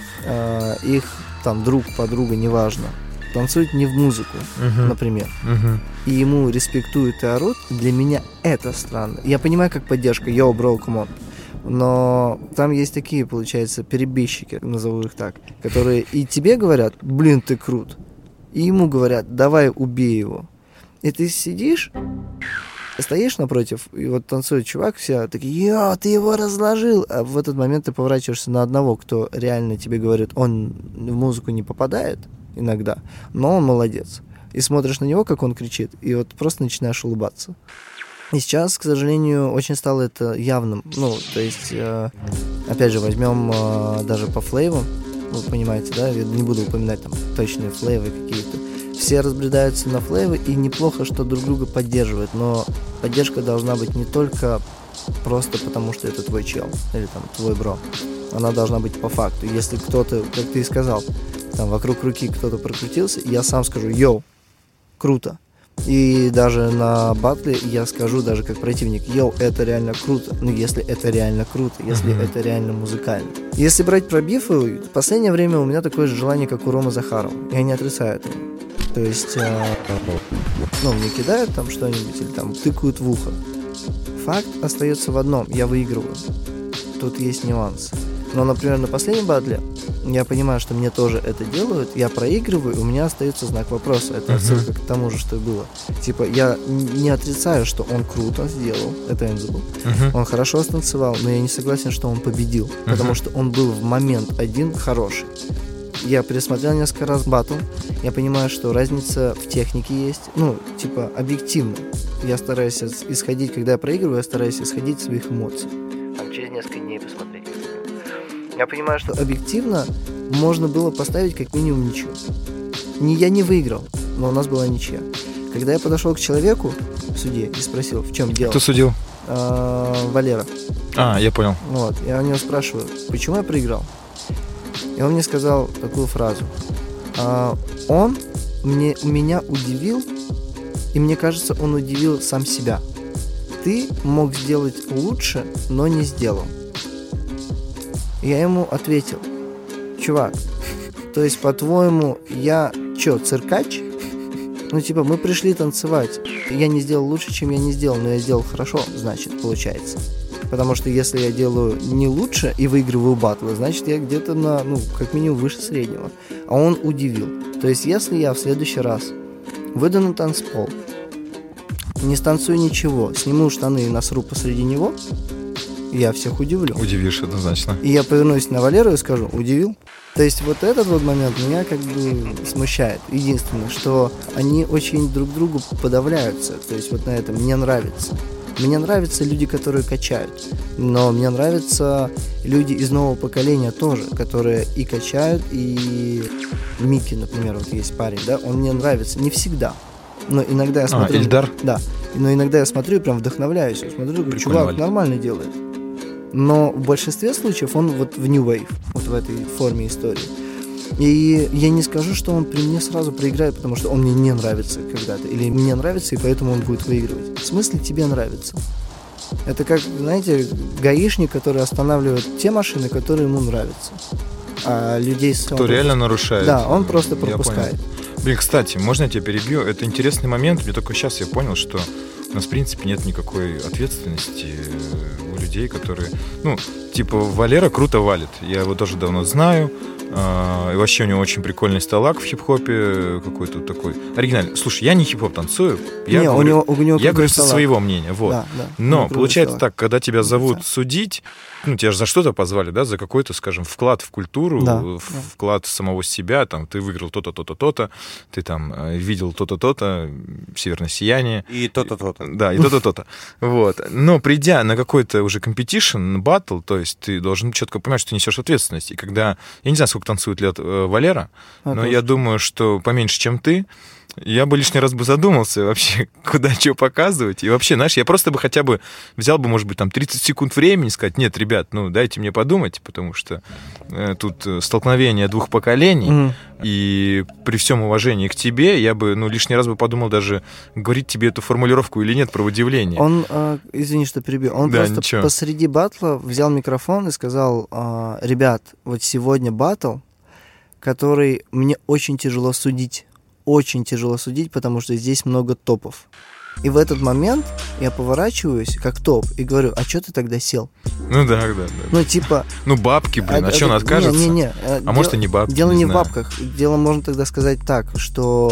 их там друг, подруга, неважно, танцует не в музыку, например, и ему респектуют и орут, для меня это странно. Я понимаю, как поддержка, йоу, бро, камон. Но там есть такие, получается, перебежчики, назову их так, которые и тебе говорят, блин, ты крут, и ему говорят, давай убей его. И ты сидишь... Стоишь напротив, и вот танцует чувак, все такие, ты его разложил. А в этот момент ты поворачиваешься на одного, кто реально тебе говорит, он в музыку не попадает иногда, но он молодец. И смотришь на него, как он кричит, и вот просто начинаешь улыбаться. И сейчас, к сожалению, очень стало это явным. То есть, опять же, возьмем даже по флейву, вы понимаете, да, я не буду упоминать там точные флейвы какие-то. Все разбредаются на флейвы, и неплохо, что друг друга поддерживают, но поддержка должна быть не только просто потому, что это твой чел или там твой бро. Она должна быть по факту. Если кто-то, как ты и сказал, там вокруг руки кто-то прокрутился, я сам скажу, йоу, круто. И даже на батле я скажу, даже как противник, йоу, это реально круто. Если это реально круто, если это реально музыкально. Если брать про бифы, в последнее время у меня такое же желание, как у Ромы Захарова. Я не отрицаю этого. То есть, мне кидают там что-нибудь или там тыкают в ухо. Факт остается в одном, я выигрываю. Тут есть нюансы. Но, например, на последнем батле я понимаю, что мне тоже это делают, я проигрываю, у меня остается знак вопроса. Это отсылка к тому же, что и было. Типа, я не отрицаю, что он круто сделал, это Энзо. Он хорошо станцевал, но я не согласен, что он победил, потому что он был в момент один хороший. Я пересмотрел несколько раз батл, я понимаю, что разница в технике есть, объективно. Я стараюсь исходить, когда я проигрываю, я стараюсь исходить своих эмоций. Там через несколько дней посмотреть. Я понимаю, что объективно можно было поставить как минимум ничью. Я не выиграл, но у нас была ничья. Когда я подошел к человеку в суде и спросил, в чем дело. Кто судил? Валера. Я понял. Вот, я у него спрашиваю, почему я проиграл? И он мне сказал такую фразу. он меня удивил, и мне кажется, он удивил сам себя. Ты мог сделать лучше, но не сделал. Я ему ответил: чувак, то есть, по-твоему, я чё, циркач? Ну, типа, мы пришли танцевать. Я не сделал лучше, чем я не сделал, но я сделал хорошо, значит, получается. Потому что если я делаю не лучше и выигрываю баттлы, значит, я где-то на, как минимум выше среднего. А он удивил. То есть, если я в следующий раз выйду на танцпол, не станцую ничего, сниму штаны и насру посреди него, я всех удивлю. Удивишь, однозначно. И я повернусь на Валеру и скажу: удивил. То есть вот этот вот момент меня как бы смущает. Единственное, что они очень друг другу подавляются. То есть вот на этом мне нравится. Мне нравятся люди, которые качают. Но мне нравятся люди из нового поколения тоже, которые и качают, и Микки, например, вот есть парень, да, он мне нравится. Не всегда. Но иногда я смотрю... Ильдар? Да. Но иногда я смотрю и прям вдохновляюсь. Я смотрю, говорю: чувак, Валь. нормально делает. Но в большинстве случаев он вот в New Wave, вот в этой форме истории. И я не скажу, что он при мне сразу проиграет, потому что он мне не нравится когда-то. Или мне нравится, и поэтому он будет выигрывать. В смысле тебе нравится? Это как, знаете, гаишник, который останавливает те машины, которые ему нравятся. А людей... Кто реально нарушает. Да, он просто пропускает. Блин, кстати, можно я тебя перебью? Это интересный момент. Мне только сейчас я понял, что у нас, в принципе, нет никакой ответственности у людей, которые... типа, Валера круто валит. Я его тоже давно знаю. И вообще у него очень прикольный сталак в хип-хопе, какой-то такой оригинальный. Слушай, я не хип-хоп танцую. Я говорю со своего мнения. Вот. Да, но получается так, когда тебя зовут судить, тебя же за что-то позвали, да, за какой-то, скажем, вклад в культуру, вклад самого себя, там, ты выиграл то-то, то-то, то-то, ты там видел то-то, то-то, «Северное сияние». И то-то, то-то. Да, и то-то, то-то. Вот. Но придя на какой-то уже competition, battle, то есть ты должен четко понимать, что ты несешь ответственность. И когда, я не знаю, сколько танцует лет Валера, но я думаю, что поменьше, чем ты, я бы лишний раз бы задумался вообще, куда что показывать. И вообще, знаешь, я просто бы хотя бы взял бы, может быть, там 30 секунд времени, сказать: нет, ребят, дайте мне подумать, потому что тут столкновение двух поколений, и при всем уважении к тебе я бы, лишний раз бы подумал даже, говорить тебе эту формулировку или нет про удивление. Он, извини, что перебью, он просто посреди батла взял микрофон и сказал: ребят, вот сегодня батл, который мне очень тяжело судить. Очень тяжело судить, потому что здесь много топов. И в этот момент я поворачиваюсь как топ и говорю: а что ты тогда сел? Да. Типа... бабки, блин, а что он откажется? Не. А может и не бабки, дело не в знаю. бабках. Дело, можно тогда сказать так, что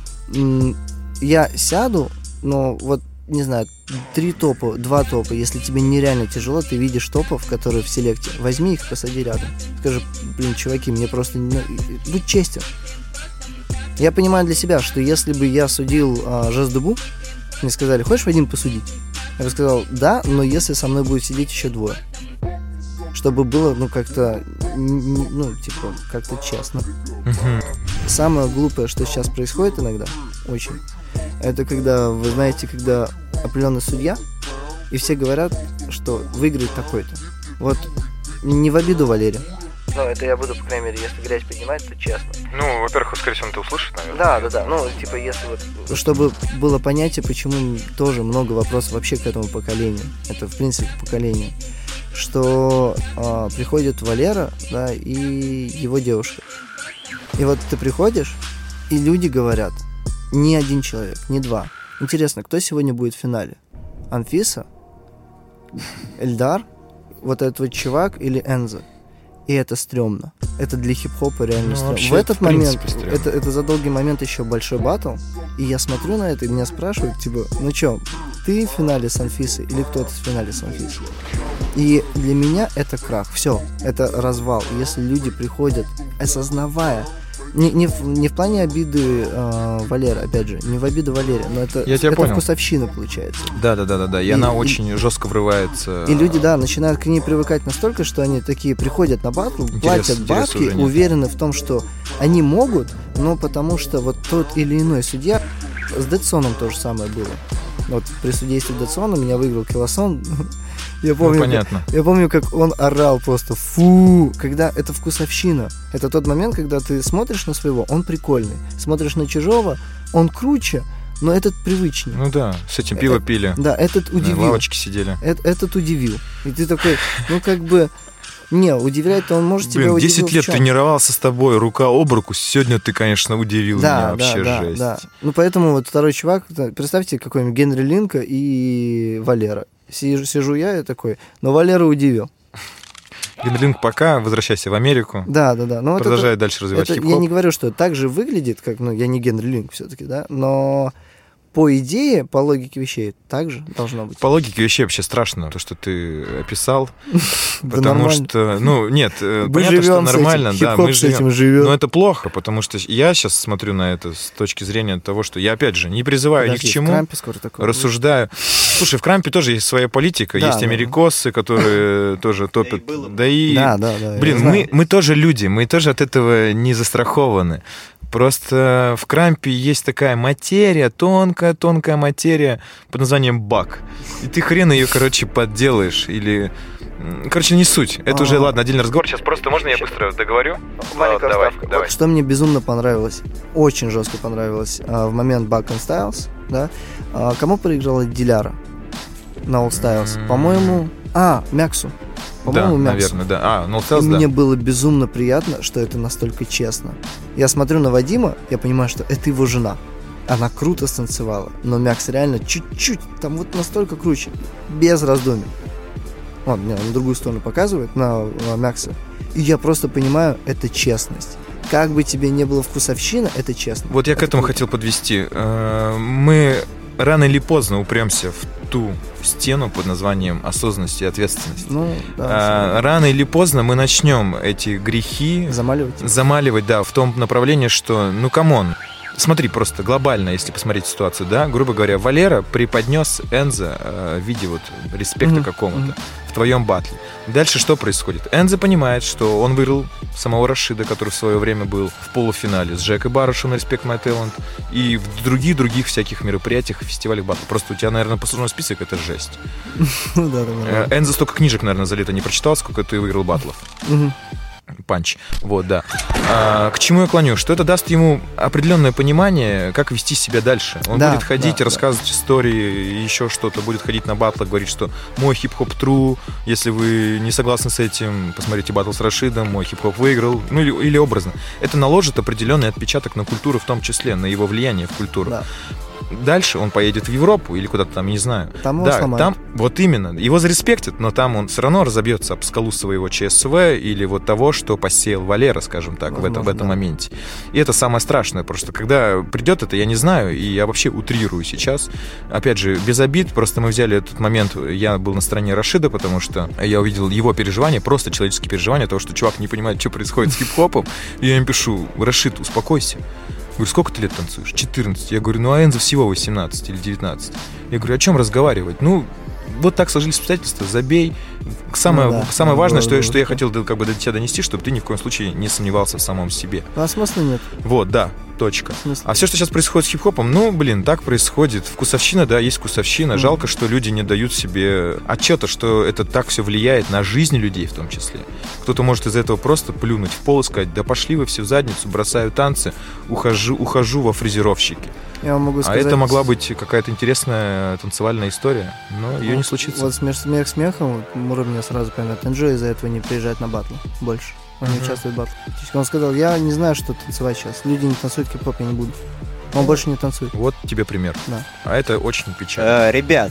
я сяду, но вот, не знаю, 3 топа, 2 топа, если тебе нереально тяжело, ты видишь топов, которые в селекте, возьми их, посади рядом. Скажи: блин, чуваки, мне просто... будь честен. Я понимаю для себя, что если бы я судил Жездебу, мне сказали: хочешь, Вадим, посудить? Я бы сказал: да, но если со мной будет сидеть еще 2. Чтобы было, как-то, как-то честно. Самое глупое, что сейчас происходит иногда, очень, это когда, вы знаете, когда определенный судья, и все говорят, что выиграет такой-то. Вот, не в обиду Валере. Ну, это я буду, по крайней мере, если грязь поднимать, то честно. Во-первых, скорее всего, он это услышит, наверное. Да. Если вот... Чтобы было понятие, почему тоже много вопросов вообще к этому поколению. Это, в принципе, поколение. Что приходит Валера, да, и его девушка. И вот ты приходишь, и люди говорят: не один человек, не 2. Интересно, кто сегодня будет в финале? Анфиса? Эльдар? Вот этот вот чувак или Энзо? И это стрёмно. Это для хип-хопа реально стрёмно. В этот момент, это за долгий момент еще большой баттл, и я смотрю на это, и меня спрашивают, типа: ты в финале с Анфисой или кто-то в финале с Анфисой? И для меня это крах. Все, это развал. Если люди приходят, осознавая, не в плане обиды Валера, опять же, не в обиду Валере, но это вкусовщина получается. Да. И она очень жестко врывается. И люди, начинают к ней привыкать настолько, что они такие приходят на батл, платят бабки, уверены в том, что они могут, но потому что вот тот или иной судья... С Дедсоном то же самое было. Вот при судействе Дедсона меня выиграл Килосон. Я помню, понятно. Я помню, как он орал просто фу, когда это вкусовщина. Это тот момент, когда ты смотришь на своего, он прикольный. Смотришь на чужого, он круче, но этот привычнее. Ну да, с этим пиво пили. Да, этот На удивил. лавочке сидели. Этот удивил. И ты такой, ну как бы... Не, удивлять-то он может тебя удивить. 10 лет в чём? тренировался с тобой, рука об руку. Сегодня ты, конечно, удивил меня вообще, жесть. Да. Ну, поэтому вот второй чувак, представьте, какой-нибудь Генри Линка и Валера. Сижу я такой, но Валера удивил. Генри Линк пока, возвращайся в Америку. Да. Ну, Продолжай дальше развивать это, хип-хоп. я не говорю, что так же выглядит, как, ну, я не Генри Линк все-таки, да, но по идее, по логике вещей, так же должно быть. По логике вещей вообще страшно, то, что ты описал. Да Потому нормально. что, ну, нет, Мы понятно, что живем с этим, нормально, да, хип-хоп мы с этим живем. живет. Но это плохо, потому что я сейчас смотрю на это с точки зрения того, что я, опять же, не призываю Подожди, ни к в чему, Крампе скоро такое будет. рассуждаю. Слушай, в Крампе тоже есть своя политика, Да, есть да. америкосы, которые тоже топят. Да и, Да, блин, я знаю. мы тоже люди, мы тоже от этого не застрахованы. Просто в Крампе есть такая материя, тонкая материя под названием баг. И ты хрен ее, короче, подделаешь или... Короче, не суть. Это уже, ладно, отдельный разговор. Сейчас просто можно я быстро договорю? Маленькая Давай. вставка. Вот что мне безумно понравилось, очень жестко понравилось в момент Back and Styles, да, кому проиграла Диляра на All Styles? По-моему, Мяксу. Да, По-моему, Мяксу. наверное, да. No И Styles, да. мне было безумно приятно, что это настолько честно. Я смотрю на Вадима, я понимаю, что это его жена. Она круто станцевала, но Мякс реально чуть-чуть, там вот настолько круче, без раздумий. Он мне на другую сторону показывает, на Мякса. И я просто понимаю, это честность. Как бы тебе не было вкусовщина, это честно. Вот я к Это этому круто. хотел подвести. Мы рано или поздно упремся в ту стену под названием осознанность и ответственность. Ну, да. Рано или поздно мы начнем эти грехи замаливать, да, в том направлении, что, ну, камон. Смотри, просто глобально, если посмотреть ситуацию, да, грубо говоря, Валера преподнес Энзо в виде вот респекта какому-то в твоем батле. Дальше что происходит? Энзо понимает, что он выиграл самого Рашида, который в свое время был в полуфинале с Джекой Барышем на Respect My Talent и в других всяких мероприятиях, фестивалях батл. Просто у тебя, наверное, послужной список — это жесть. Энзо столько книжек, наверное, за лето не прочитал, сколько ты выиграл батлов. Панч. Вот, да. К чему я клоню? Что это даст ему определенное понимание, как вести себя дальше. Он будет ходить, рассказывать истории, еще что-то, будет ходить на батлах, говорить, что мой хип-хоп true, если вы не согласны с этим, посмотрите батл с Рашидом, мой хип-хоп выиграл, ну или образно. Это наложит определенный отпечаток на культуру в том числе, на его влияние в культуру. Да. Дальше он поедет в Европу или куда-то там, не знаю. Там его сломают. Там, вот именно, его зареспектят, но там он все равно разобьется об скалу своего ЧСВ или вот того, что посеял Валера, скажем так, возможно, в этом моменте. И это самое страшное, просто когда придет это, я не знаю, и я вообще утрирую сейчас. Опять же, без обид, просто мы взяли этот момент, я был на стороне Рашида, потому что я увидел его переживания, просто человеческие переживания, того, что чувак не понимает, что происходит с хип-хопом, и я им пишу: Рашид, успокойся. Говорю, сколько ты лет танцуешь? 14. Я говорю, ну а Энзо всего 18 или 19. Я говорю, о чем разговаривать? Ну, вот так сложились обстоятельства, забей. Самое важное, что я хотел как бы до тебя донести, чтобы ты ни в коем случае не сомневался в самом себе. А смысла нет. Вот, да, точка. А все, что сейчас происходит с хип-хопом, ну, блин, так происходит. Вкусовщина, да, есть вкусовщина. Жалко, что люди не дают себе отчета, что это так все влияет на жизнь людей в том числе. Кто-то может из-за этого просто плюнуть в пол и сказать: да пошли вы все в задницу, бросаю танцы, ухожу во фрезеровщики. Я вам могу сказать... А это могла быть какая-то интересная танцевальная история, но ее не случится. Вот смех смехом, Мура меня сразу поймет, Энджой из-за этого не приезжает на батлы больше. Он не участвует в батлах. Он сказал, я не знаю, что танцевать сейчас. Люди не танцуют хип-хоп, я не буду. Он больше не танцует. Вот тебе пример. Да. А это очень печально. Ребят,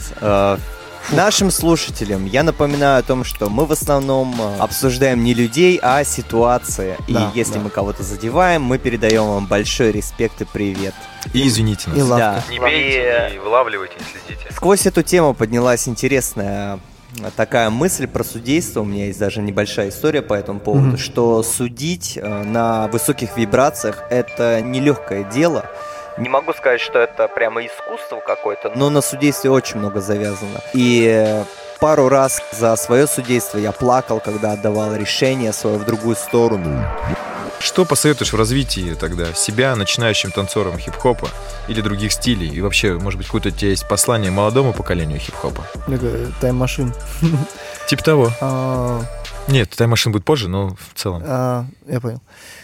нашим слушателям я напоминаю о том, что мы в основном обсуждаем не людей, а ситуации. И если мы кого-то задеваем, мы передаем вам большой респект и привет. И извините нас. И лавка. Не бейте, не вылавливайте, не следите. Сквозь эту тему поднялась интересная такая мысль про судейство. У меня есть даже небольшая история по этому поводу, что судить на высоких вибрациях — это нелегкое дело. Не могу сказать, что это прямо искусство какое-то, но на судействе очень много завязано. И пару раз за свое судейство я плакал, когда отдавал решение свое в другую сторону. Что посоветуешь в развитии тогда себя, начинающим танцорам хип-хопа или других стилей? И вообще, может быть, какое-то у тебя есть послание молодому поколению хип-хопа? Тайм-машин. Типа того. Нет, тайм-машин будет позже, но в целом. Я понял.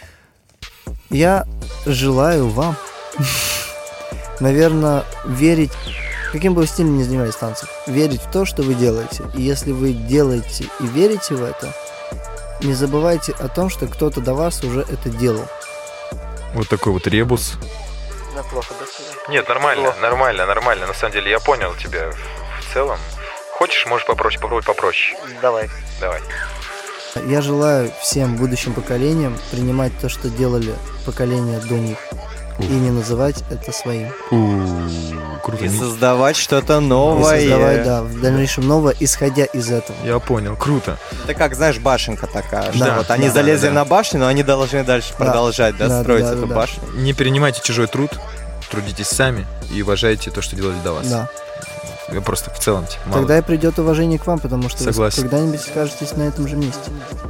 Я желаю вам, наверное, верить, каким бы вы стилем ни занимались танцев, верить в то, что вы делаете. И если вы делаете и верите в это, не забывайте о том, что кто-то до вас уже это делал. Вот такой вот ребус. Плохо, да? Нет, нормально. На самом деле я понял тебя в целом. Хочешь, можешь попробовать попроще. Давай. Я желаю всем будущим поколениям принимать то, что делали поколения до них, и не называть это своим. Круто. И создавать что-то новое. В дальнейшем новое, исходя из этого. Я понял, круто. Это как, знаешь, башенка такая. Да, Что вот они залезли на башню, но они должны дальше продолжать строить эту башню. Не перенимайте чужой труд, трудитесь сами и уважайте то, что делали до вас. Да. Я просто в целом мало. Тогда и придет уважение к вам, потому что Согласен. вы когда-нибудь окажетесь на этом же месте.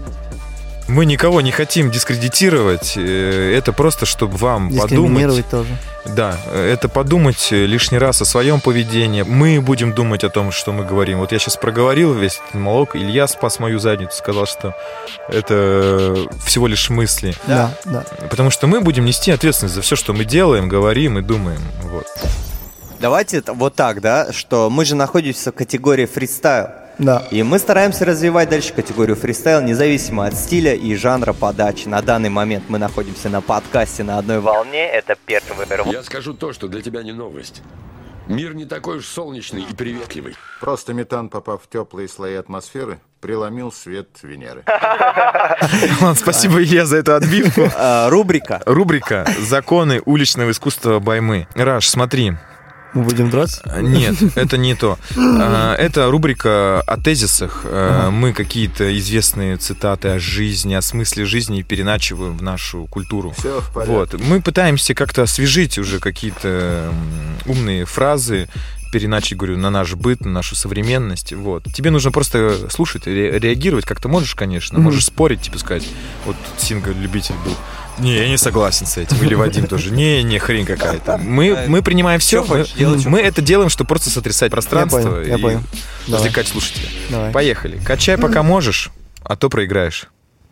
Мы никого не хотим дискредитировать, это просто, чтобы вам подумать. Дискриминировать тоже. Да, это подумать лишний раз о своем поведении. Мы будем думать о том, что мы говорим. Вот я сейчас проговорил весь этот монолог, Илья спас мою задницу, сказал, что это всего лишь мысли. Да. Потому что мы будем нести ответственность за все, что мы делаем, говорим и думаем. Вот. Давайте вот так, да, что мы же находимся в категории фристайл. Да. И мы стараемся развивать дальше категорию фристайл, независимо от стиля и жанра подачи. На данный момент мы находимся на подкасте «На одной волне». Это первый рывок. Я скажу то, что для тебя не новость. Мир не такой уж солнечный и приветливый. Просто метан, попав в теплые слои атмосферы, преломил свет Венеры. Ладно, спасибо, Илья, за эту отбивку. Рубрика. «Законы уличного искусства Баймы». Раш, смотри. Мы будем драться? Нет, это не то. Это рубрика о тезисах. Мы какие-то известные цитаты о жизни, о смысле жизни переначиваем в нашу культуру. Все в порядке. Вот. Мы пытаемся как-то освежить уже какие-то умные фразы, переначить, говорю, на наш быт, на нашу современность. Вот. Тебе нужно просто слушать, реагировать. Как-то можешь, конечно. Можешь спорить, типа сказать. Вот Синга любитель был. Не, я не согласен с этим. Или Вадим тоже. Не, хрень какая-то. Мы принимаем все. Мы это делаем, чтобы просто сотрясать пространство Я понял. и развлекать слушателя. Давай. Поехали. Качай, пока можешь, а то проиграешь.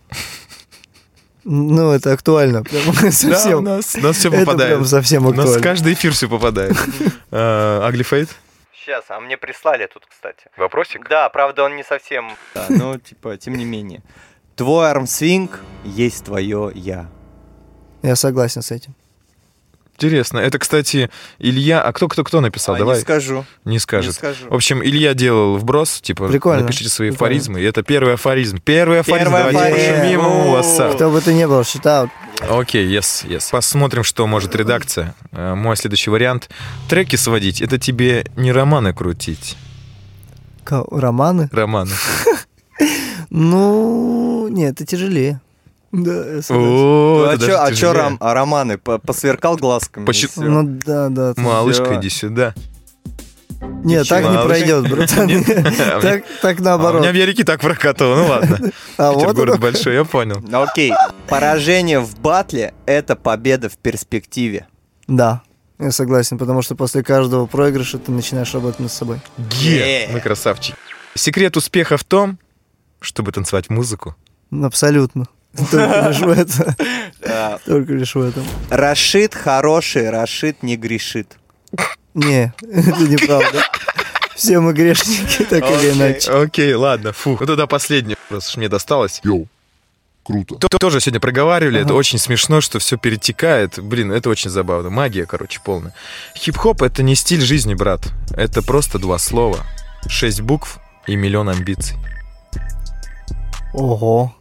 Ну, это актуально. Прям совсем. Да, у нас все Это попадает. прям совсем У нас актуально. каждый эфир все попадает. Ugly Fate? Сейчас, а мне прислали тут, кстати. Вопросик? Да, правда, он не совсем... Да, но, тем не менее. Твой армсвинг есть твое я. Я согласен с этим. Интересно. Это, кстати, Илья... А кто написал? Давай. Не скажу. Не скажет. Не скажу. В общем, Илья делал вброс, типа, Прикольно. напишите свои Прикольно. афоризмы. И это первый афоризм. Давайте пошумим ему WhatsApp. Кто бы ты ни был, считал. Окей, yes. Посмотрим, что может редакция. Мой следующий вариант. Треки сводить — это тебе не романы крутить. Романы? Романы. Ну, нет, это тяжелее. Да, я согласен. О, это даже А тяжелее. чё романы? Посверкал глазками? и всё. Ну, да. Малышка, Всё. иди сюда. Нет, так не Малышка. пройдет, братан. Так А у наоборот. меня в Ярике так прокатывало, ну ладно. А Питер вот город оно. большой, я понял. Ну, окей. Поражение в батле — это победа в перспективе. Да, я согласен, потому что после каждого проигрыша ты начинаешь работать над собой. Мы красавчики. Секрет успеха в том, чтобы танцевать музыку. Абсолютно. Только лишь в этом. Да. Только лишь в этом. Рашид хороший, Рашид не грешит. Не, это неправда. Все мы грешники, так или иначе. Окей, ладно, фу. Вот тогда последнее, просто что мне досталось. Йоу, круто. Тоже сегодня проговаривали, это очень смешно, что все перетекает. Блин, это очень забавно. Магия, короче, полная. Хип-хоп — это не стиль жизни, брат. Это просто 2 слова, 6 букв и миллион амбиций. Ого.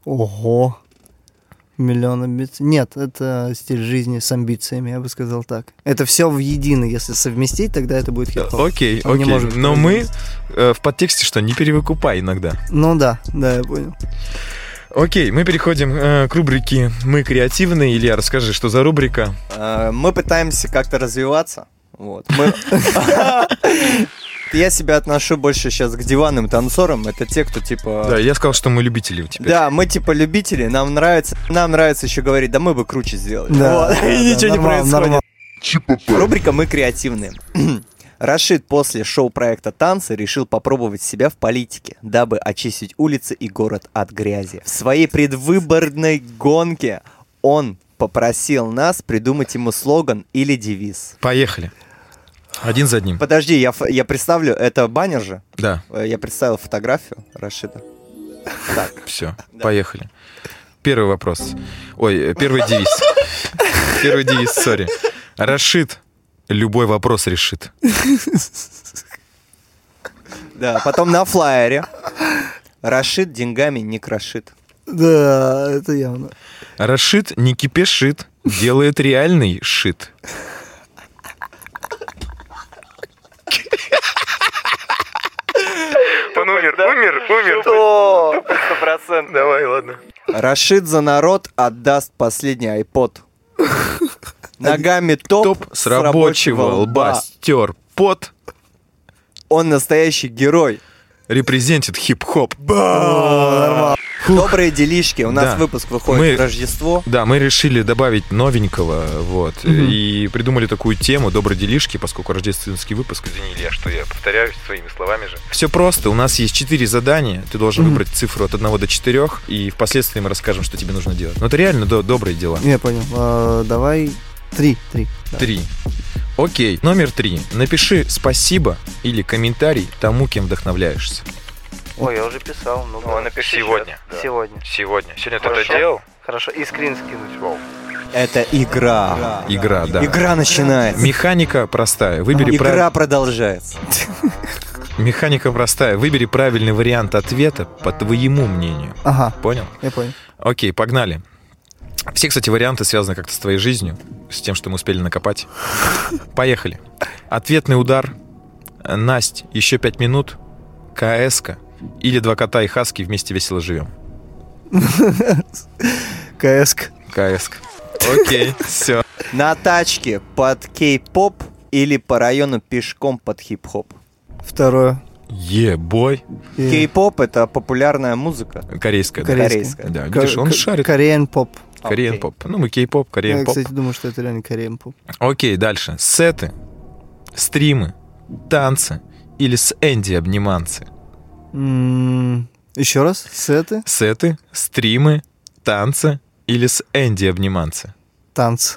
Миллион амбиций. Нет, это стиль жизни с амбициями, я бы сказал так. Это все в едино, если совместить, тогда это будет хип-хоп. Окей. Он не может Но быть мы в подтексте что, не перевыкупай иногда. Ну да, я понял. Окей, мы переходим к рубрике «Мы креативные». Илья, расскажи, что за рубрика? Мы пытаемся как-то развиваться. Вот. Я себя отношу больше сейчас к диванным танцорам. Это те, кто типа... Да, я сказал, что мы любители теперь. Да, мы типа любители, нам нравится еще говорить, да мы бы круче сделали. Да, Вот, да, и ничего не происходит. нормально. Рубрика «Мы креативные». Рашид после шоу-проекта «Танцы» решил попробовать себя в политике, дабы очистить улицы и город от грязи. В своей предвыборной гонке он попросил нас придумать ему слоган или девиз. Поехали. Один за одним. Подожди, я представлю, это баннер же? Да, Я представил фотографию Рашида. Так, все, поехали. Первый вопрос. Ой, первый девиз. Первый девиз, сори. Рашид любой вопрос решит. да, потом на флаере. Рашид деньгами не крошит. Да, это явно. Рашид не кипешит, делает реальный шит. Он умер. 100%. Давай, ладно. Рашид за народ отдаст последний айпод. Ногами топ С рабочего лба стер пот. Он настоящий герой. Репрезентит хип-хоп. Добрые делишки. У нас Да. выпуск выходит Мы- в Рождество. Да, мы решили добавить новенького, вот, и придумали такую тему «Добрые делишки», поскольку рождественский выпуск, извини, Илья, что я повторяюсь своими словами же. Все просто, у нас есть 4 задания, ты должен выбрать цифру от 1 до 4, и впоследствии мы расскажем, что тебе нужно делать. Но это реально добрые дела. Я понял. Давай 3. 3. Окей, номер 3. Напиши «спасибо» или комментарий тому, кем вдохновляешься. Ой, я уже писал. напиши сегодня. Сегодня. Сегодня ты Хорошо. это делал? Хорошо, и скрин скинуть. Это игра. Игра, да. Игра начинается. Механика простая. Выбери Игра продолжается. Механика простая. Выбери правильный вариант ответа по твоему мнению. Ага, Понял? я понял. Окей, погнали. Все, кстати, варианты связаны как-то с твоей жизнью, с тем, что мы успели накопать. Поехали. Ответный удар. Насть, еще 5 минут. КС-ка. Или 2 кота и хаски вместе весело живем. КСК. КС-ка. Окей, все. На тачке под кей-поп или по району пешком под хип-хоп? Второе. Е-бой. Кей-поп — это популярная музыка. Корейская. Да. Корейская. Да, видишь, он шарит. Кореен поп. Кореен Окей. поп. Ну, мы кей-поп, Я, кореен поп. кстати, думаю, что это реально кореен поп. Окей, дальше. Сеты, стримы, танцы или с Энди обниманцы. Еще раз. Сеты. Сеты, стримы, танцы или с Энди обниманцы. Танцы.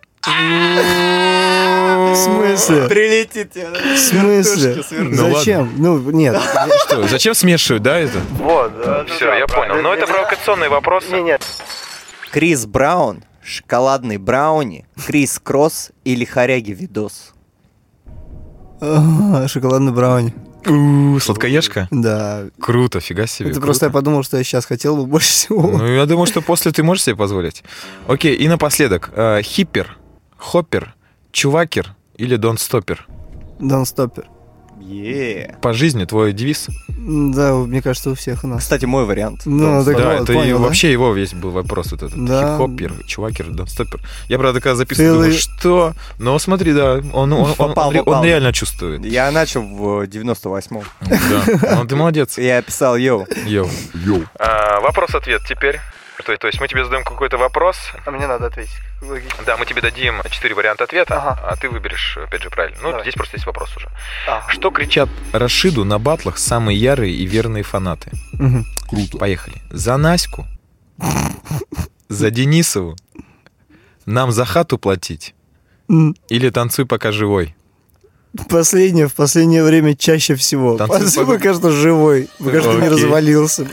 В смысле? Прилетит тебе. В смысле? Ну Зачем? Ну, нет. Что, зачем смешивать, да, это? Вот, Все, я понял. Но это провокационный вопрос. Крис Браун, шоколадный брауни, Крис Кросс или хоряги видос? Шоколадный брауни. Сладкоежка? Да. Круто, фига себе. Это круто. просто я подумал, что я сейчас хотел бы больше всего. Ну, я думаю, что после ты можешь себе позволить. Окей, и напоследок. Хиппер, хоппер, чувакер или донстоппер? Донстоппер. По жизни твой девиз? Да, мне кажется, у всех у нас. Кстати, мой вариант. Ну, так Да, вот, это понял, да? вообще его весь был вопрос вот этот. Да. Хип-хоппер, чувакер, донстоппер. Я, правда, когда записывал, Целый- думаю, что? Но смотри, да, он Попал. реально чувствует. Я начал в 98-м. Да, ну ты молодец. Я писал йоу. Йоу. Вопрос-ответ теперь. То есть мы тебе задаем какой-то вопрос. А мне надо ответить. Логично. Да, мы тебе дадим 4 варианта ответа, Ага. а ты выберешь, опять же, правильно. Ну, Давай. здесь просто есть вопрос уже. Ага. Что кричат Рашиду на батлах самые ярые и верные фанаты? Мгм. Круто. Поехали. За Наську. За Денисову. Нам за хату платить. М. Или танцуй, пока живой. В последнее время чаще всего. Танцуй, Пока что живой. Пока что не Окей. развалился.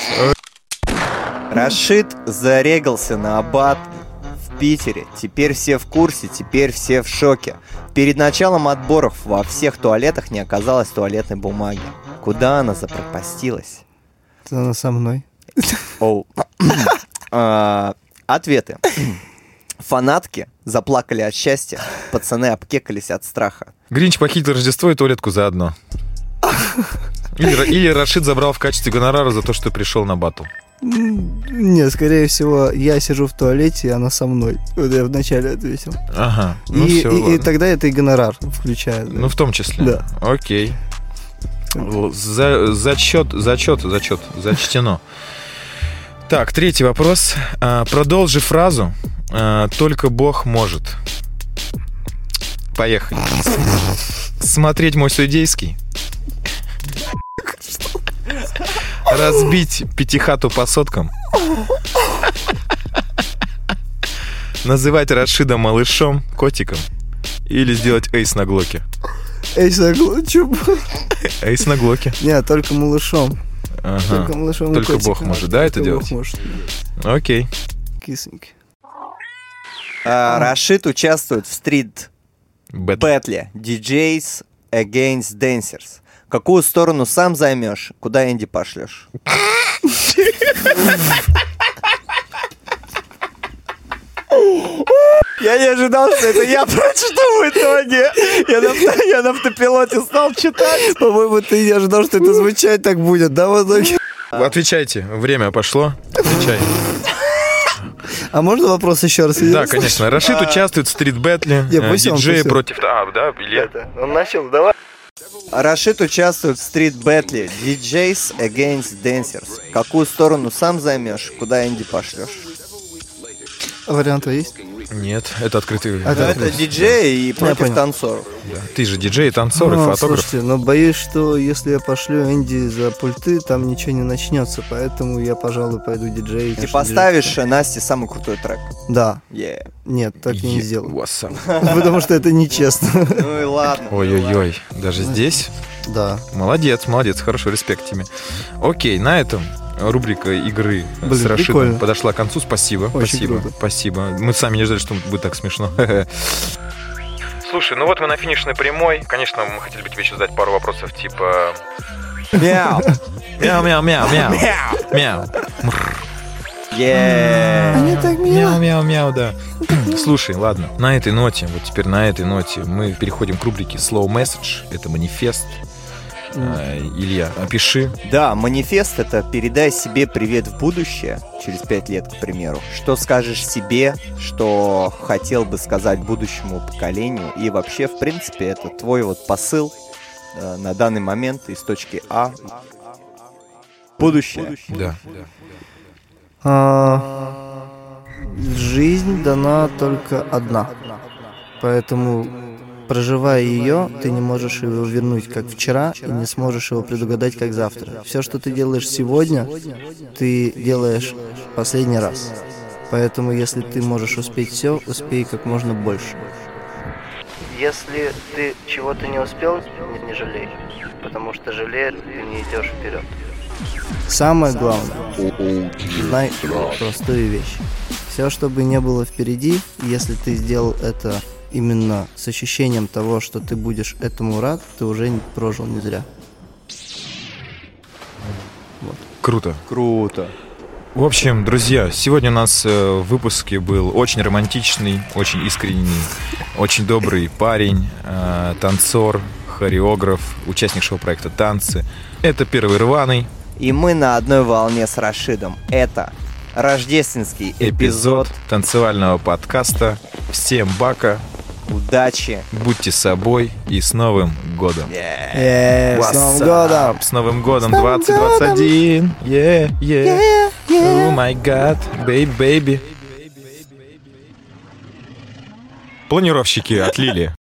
Рашид зарегался на аббат в Питере. Теперь все в курсе, теперь все в шоке. Перед началом отборов во всех туалетах не оказалось туалетной бумаги. Куда она запропастилась? Это она со мной. Оу. Ответы. Фанатки заплакали от счастья, пацаны обкекались от страха. Гринч похитил Рождество и туалетку заодно. Или Рашид забрал в качестве гонорара за то, что пришел на батл. Нет, скорее всего, я сижу в туалете, и она со мной. Вот я вначале ответил. Ага. Ну И все, тогда это и гонорар включает. Ну, в том числе. Да. Окей. Зачтено. Так, третий вопрос. Продолжи фразу «Только Бог может». Поехали. Смотреть мой судейский. Разбить пятихату по соткам. Называть Рашида малышом, котиком. Или сделать эйс на глоке. Эйс на глоке? Эйс на глоке. Нет, только малышом. Ага. Только малышом. Только Бог может, да, это делать? Бог может. Окей. Кисоньки. Рашид участвует в стрит-бэтле DJs Against Dancers. Какую сторону сам займешь, куда Энди пошлешь? Я не ожидал, что это я прочту в итоге. Я на автопилоте стал читать. По-моему, ты не ожидал, что это звучать так будет, да, в итоге? Отвечайте, время пошло. Отвечай. А можно вопрос еще раз? Да, конечно. Рашид участвует в стрит-бэтле. Диджеи против... да, Илья. Он начал, давай. Рашид участвует в стрит-бэтле DJs Against Dancers. Какую сторону сам займешь, куда Энди пошлешь? Варианты есть? Нет, это открытый. Это диджей и против танцоров. Да. Ты же диджей, танцор и фотограф. Слушайте, но боюсь, что если я пошлю Энди за пульты, там ничего не начнется, поэтому я, пожалуй, пойду диджей. Ты поставишь Насте самый крутой трек. Да. Yeah. Нет, так я не сделаю. What's Потому что это нечестно. Ну и ладно. Ой-ой-ой, даже здесь? Да. Молодец, хорошо, респект тебе. Окей, на этом рубрика игры с Рашидом прикольно. подошла к концу. Спасибо, Очень круто. спасибо. Мы сами не ждали, что будет так смешно. Слушай, ну вот мы на финишной прямой. Конечно, мы хотели бы тебе еще задать пару вопросов, типа... Мяу. Мяу-мяу-мяу-мяу. Мяу. Yeah. Мяу-мяу-мяу, да. Слушай, ладно, на этой ноте, вот теперь на этой ноте мы переходим к рубрике Slow Message. Это манифест. Илья, опиши. Да, манифест — это передай себе привет в будущее через 5 лет, к примеру. Что скажешь себе, что хотел бы сказать будущему поколению. И вообще, в принципе, это твой вот посыл на данный момент из точки А в будущее. Да. Жизнь дана только одна. Поэтому, проживая ее, ты не можешь его вернуть как вчера и не сможешь его предугадать как завтра. Все, что ты делаешь сегодня, ты делаешь последний раз. Поэтому, если ты можешь успеть все, успей как можно больше. Если ты чего-то не успел, не жалей. Потому что жалея, ты не идешь вперед. Самое главное, знай простую вещь. Все, что бы не было впереди, если ты сделал это именно с ощущением того, что ты будешь этому рад, ты уже прожил не зря. Вот. Круто. Круто. В общем, друзья, сегодня у нас в выпуске был очень романтичный, очень искренний, очень добрый парень, танцор, хореограф, участник шоу-проекта «Танцы». Это первый рваный. И мы на одной волне с Рашидом. Это рождественский эпизод танцевального подкаста. Всем бака. Удачи. Будьте собой и с Новым годом. С Новым годом! С Новым годом 2021. Oh my god, baby. Планировщики отлили.